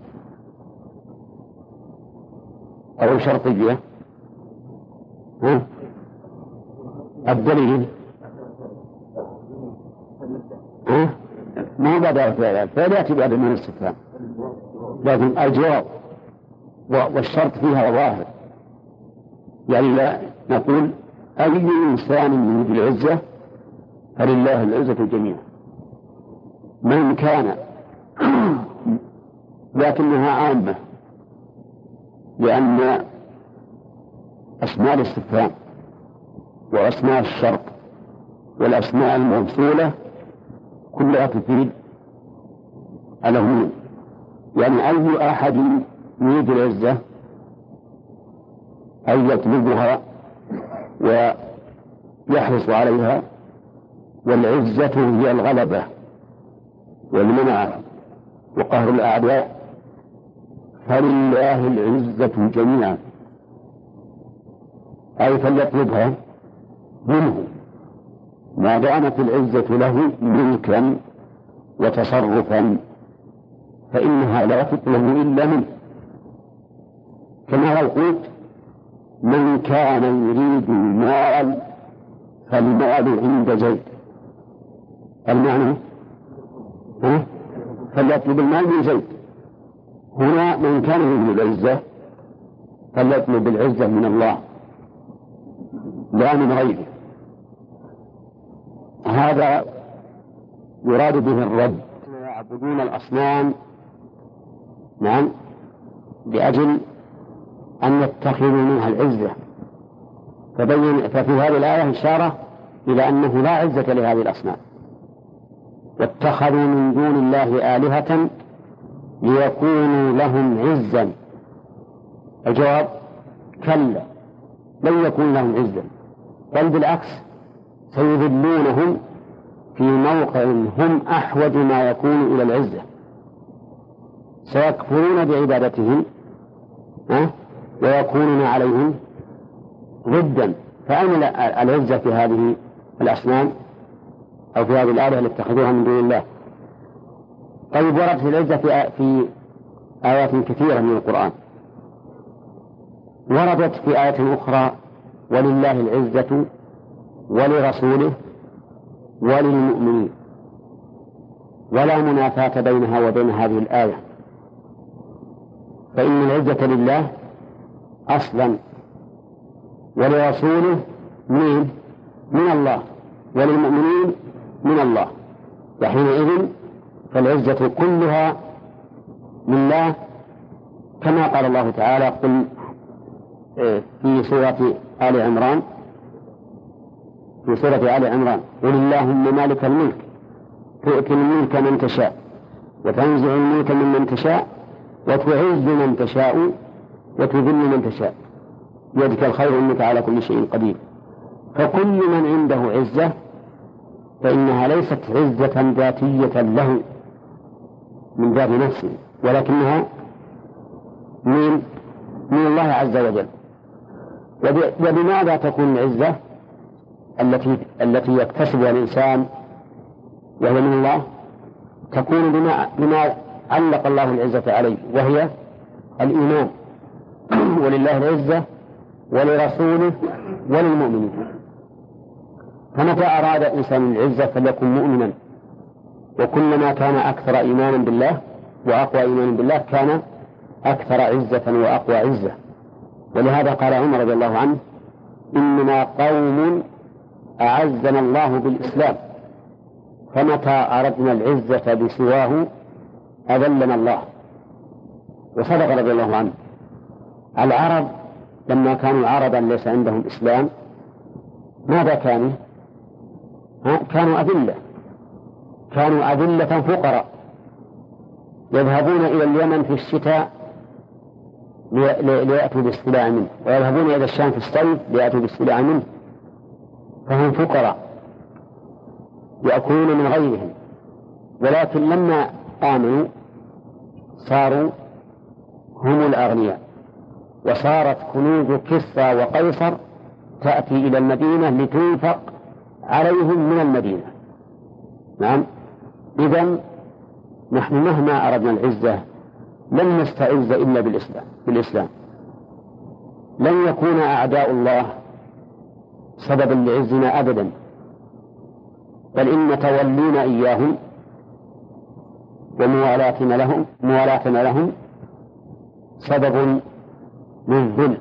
أو شرطية. ها؟ الدليل ها؟ ما بدأ فعلا فلا يأتي بعد من الاستفهام، لكن الجواب والشرط فيها ظاهر. يعني لا نقول أي إنسان يريد العزة فلله العزة جميعا، من كان لكنها عامة، لأن أسماء الاستفهام وأسماء الشرط والأسماء الموصولة كلها تفيد العموم. يعني أي أحد يريد العزة أي يطلبها ويحرص عليها، والعزة هي الغلبة والمنعة وقهر الأعداء، فلله العزة جميعا، أي فليطلبها منه ما دامت العزة له ملكا وتصرفا، فإنها لا تطلب إلا منه. كما لو قلت من كان يريد المال فالمال عند زيد، المعنى ها؟ فليطلب المال من زيد. هنا من كان يريد العزة فليطلب العزة من الله لا من غيره. هذا يراد به الرد. يعبدون الأصنام نعم لأجل أن يتخذوا منها العزة، فبين ففي هذه الآية إشارة إلى أنه لا عزة لهذه الأصنام، واتخذوا من دون الله آلهة ليكونوا لهم عزا. الجواب كلا، لن يكون لهم عزا، بل بالعكس سيذلونهم في موقع هم أحوج ما يكون إلى العزة، سيكفرون بعبادتهم أه؟ ويكونون عليهم ضدا. فأين العزة في هذه الأصنام أو في هذه الآلهة التي اتخذوها من دون الله؟ طيب وردت العزة في, في آيات كثيرة من القرآن، وردت في آية أخرى ولله العزة ولرسوله وللمؤمنين، ولا منافاة بينها وبين هذه الآية، فإن العزة لله أصلا ولرسوله من من الله وللمؤمنين من الله، وحينئذ فالعزة كلها لله، كما قال الله تعالى قل في سورة آل عمران في سورة آل عمران قل اللهم مالك الملك تؤتي الملك من تشاء وتنزع الملك ممن تشاء وتعز من تشاء وتذل من تشاء بيدك الخير إنك على كل شيء قدير. فكل من عنده عزة فإنها ليست عزة ذاتية له من ذات نفسه، ولكنها من من الله عز وجل. وبماذا تكون العزة التي التي يكتسبها الإنسان وهي من الله؟ تكون بما بما علق الله العزة عليه، وهي الإيمان. ولله العزة ولرسوله وللمؤمنين. فمتى أراد الإنسان العزة فليكن مؤمنا، وكلما كان أكثر إيمانا بالله وأقوى إيمانا بالله كان أكثر عزة وأقوى عزة. ولهذا قال عمر رضي الله عنه إننا قوم أعزنا الله بالإسلام، فمتى أردنا العزة بسواه أذلنا الله. وصدق رضي الله عنه. العرب لما كانوا عربا ليس عندهم إسلام ماذا كانوا؟ كانوا أذلة، كانوا أذلة فقراء، يذهبون إلى اليمن في الشتاء ليأتوا بالسلاع منه، ويذهبون إلى الشام في الصيف ليأتوا بالسلاع منه، فهم فقراء يأكلون من غيرهم. ولكن لما آمنوا صاروا هم الأغنياء، وصارت كنوز كسرى وقيصر تأتي إلى المدينة لتنفق عليهم من المدينة. نعم. إذن نحن مهما أردنا العزة لن نستعز إلا بالإسلام, بالإسلام. لن يكون أعداء الله سببا لعزنا أبدا، بل إن تولينا إياهم وموالاتنا لهم موالاتنا لهم سبب للذل.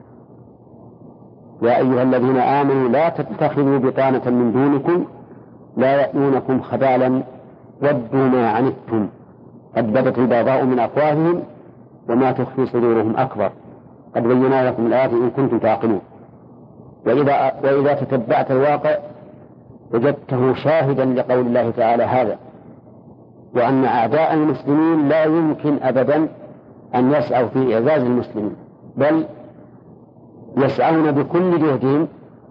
يا أيها الذين آمنوا لا تتخذوا بطانة من دونكم لا يأتونكم خبالا ودوا ما عنتم قد بدت البغضاء من أفواههم وما تخفي صدورهم أكبر قد بينا لكم الآيات إن كنتم تعقلون. وإذا, وإذا تتبعت الواقع وجدته شاهدا لقول الله تعالى هذا، وأن أعداء المسلمين لا يمكن أبدا أن يسعوا في إعزاز المسلمين، بل يسعون بكل جهدهم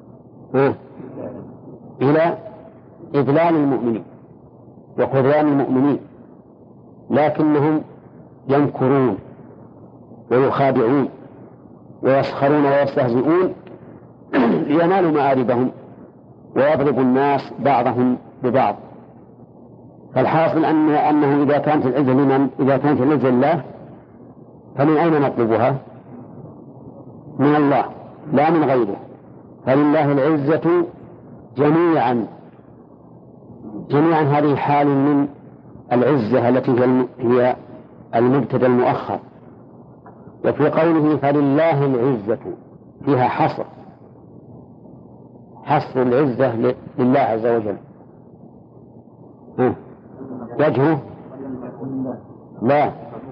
إلى إذلال المؤمنين وخذلان المؤمنين، لكنهم يمكرون ويخادعون ويسخرون ويستهزئون لينالوا مآربهم ويضرب الناس بعضهم ببعض. فالحاصل أن أنه إذا كانت العزة لمن إذا كانت العزة لله فمن أين نطلبها؟ من الله لا من غيره. فلله العزة جميعا جميعا. هذه حال من العزة التي هي المبتدأ المؤخر. وفي قوله فلله العزة فيها حصر حصر العزة لله عز وجل. وجهه لا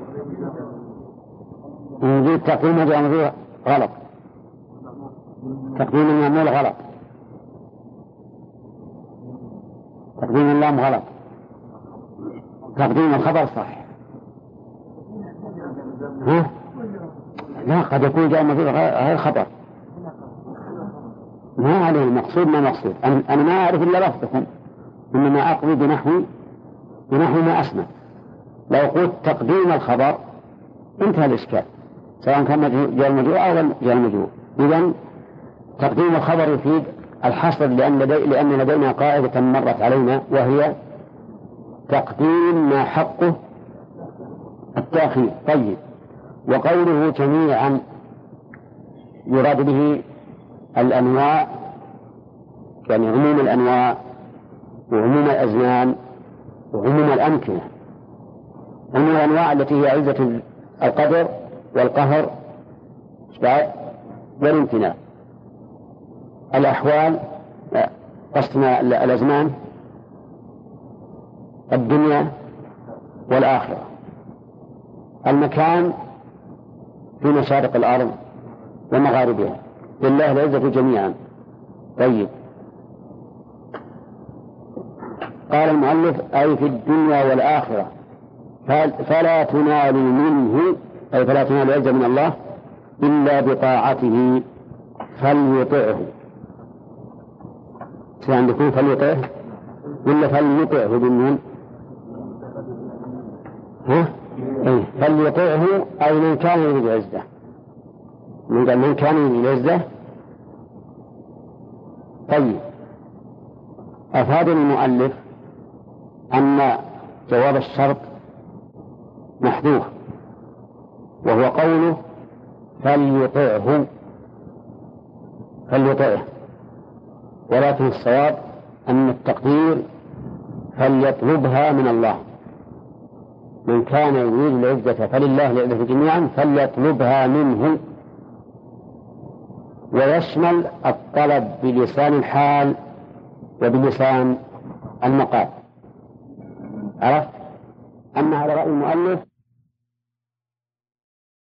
نجيب تقديم المعمول غلط، تقديم المعمول غلط، تقديم اللام غلط، تقديم الخبر صح. ها؟ لا قد يكون جاء مفعول غير خبر، ما عليه المقصود ما مقصود. أنا ما أعرف إلا لفظكم، إنما أقضي بنحو بنحو ما أسمع. لو قلت تقديم الخبر انتهى الإشكال، سواء كان جاء المجرور أو جاء المجرور. إذن تقديم الخبر يفيد الحصر، لأن لدي لأن لدينا قاعدة مرت علينا وهي تقديم ما حقه التأخير. طيب. وقوله جميعا يراد به الأنواع، يعني عموم الأنواع وعموم الأزمان وعموم الأمكنة. عموم الأنواع التي هي عزة القدر والقهر والامتناع. الأحوال قصدنا الأزمان الدنيا والآخرة. المكان في مشارق الأرض ومغاربها. لله العزة جميعا. طيب. قال المؤلف أي في الدنيا والآخرة فلا تنال منه أي فلا تنال العزة من الله إلا بطاعته فليطعه. سيعندكم فليطعه ولا فليطعه بالنون؟ ها؟ إيه؟ فليطعه أي من كان يريد العزة، من, من كان يريد العزة. طيب. أفاد المؤلف أن جواب الشرط محذوف، وهو قوله فليطعه فليطعه، ولكن الصواب أن التقدير فليطلبها من الله. من كان يريد العزة فلله العزة جميعا فليطلبها منه، ويشمل الطلب بلسان الحال وبلسان المقال. عرفت؟ أما على رأي المؤلف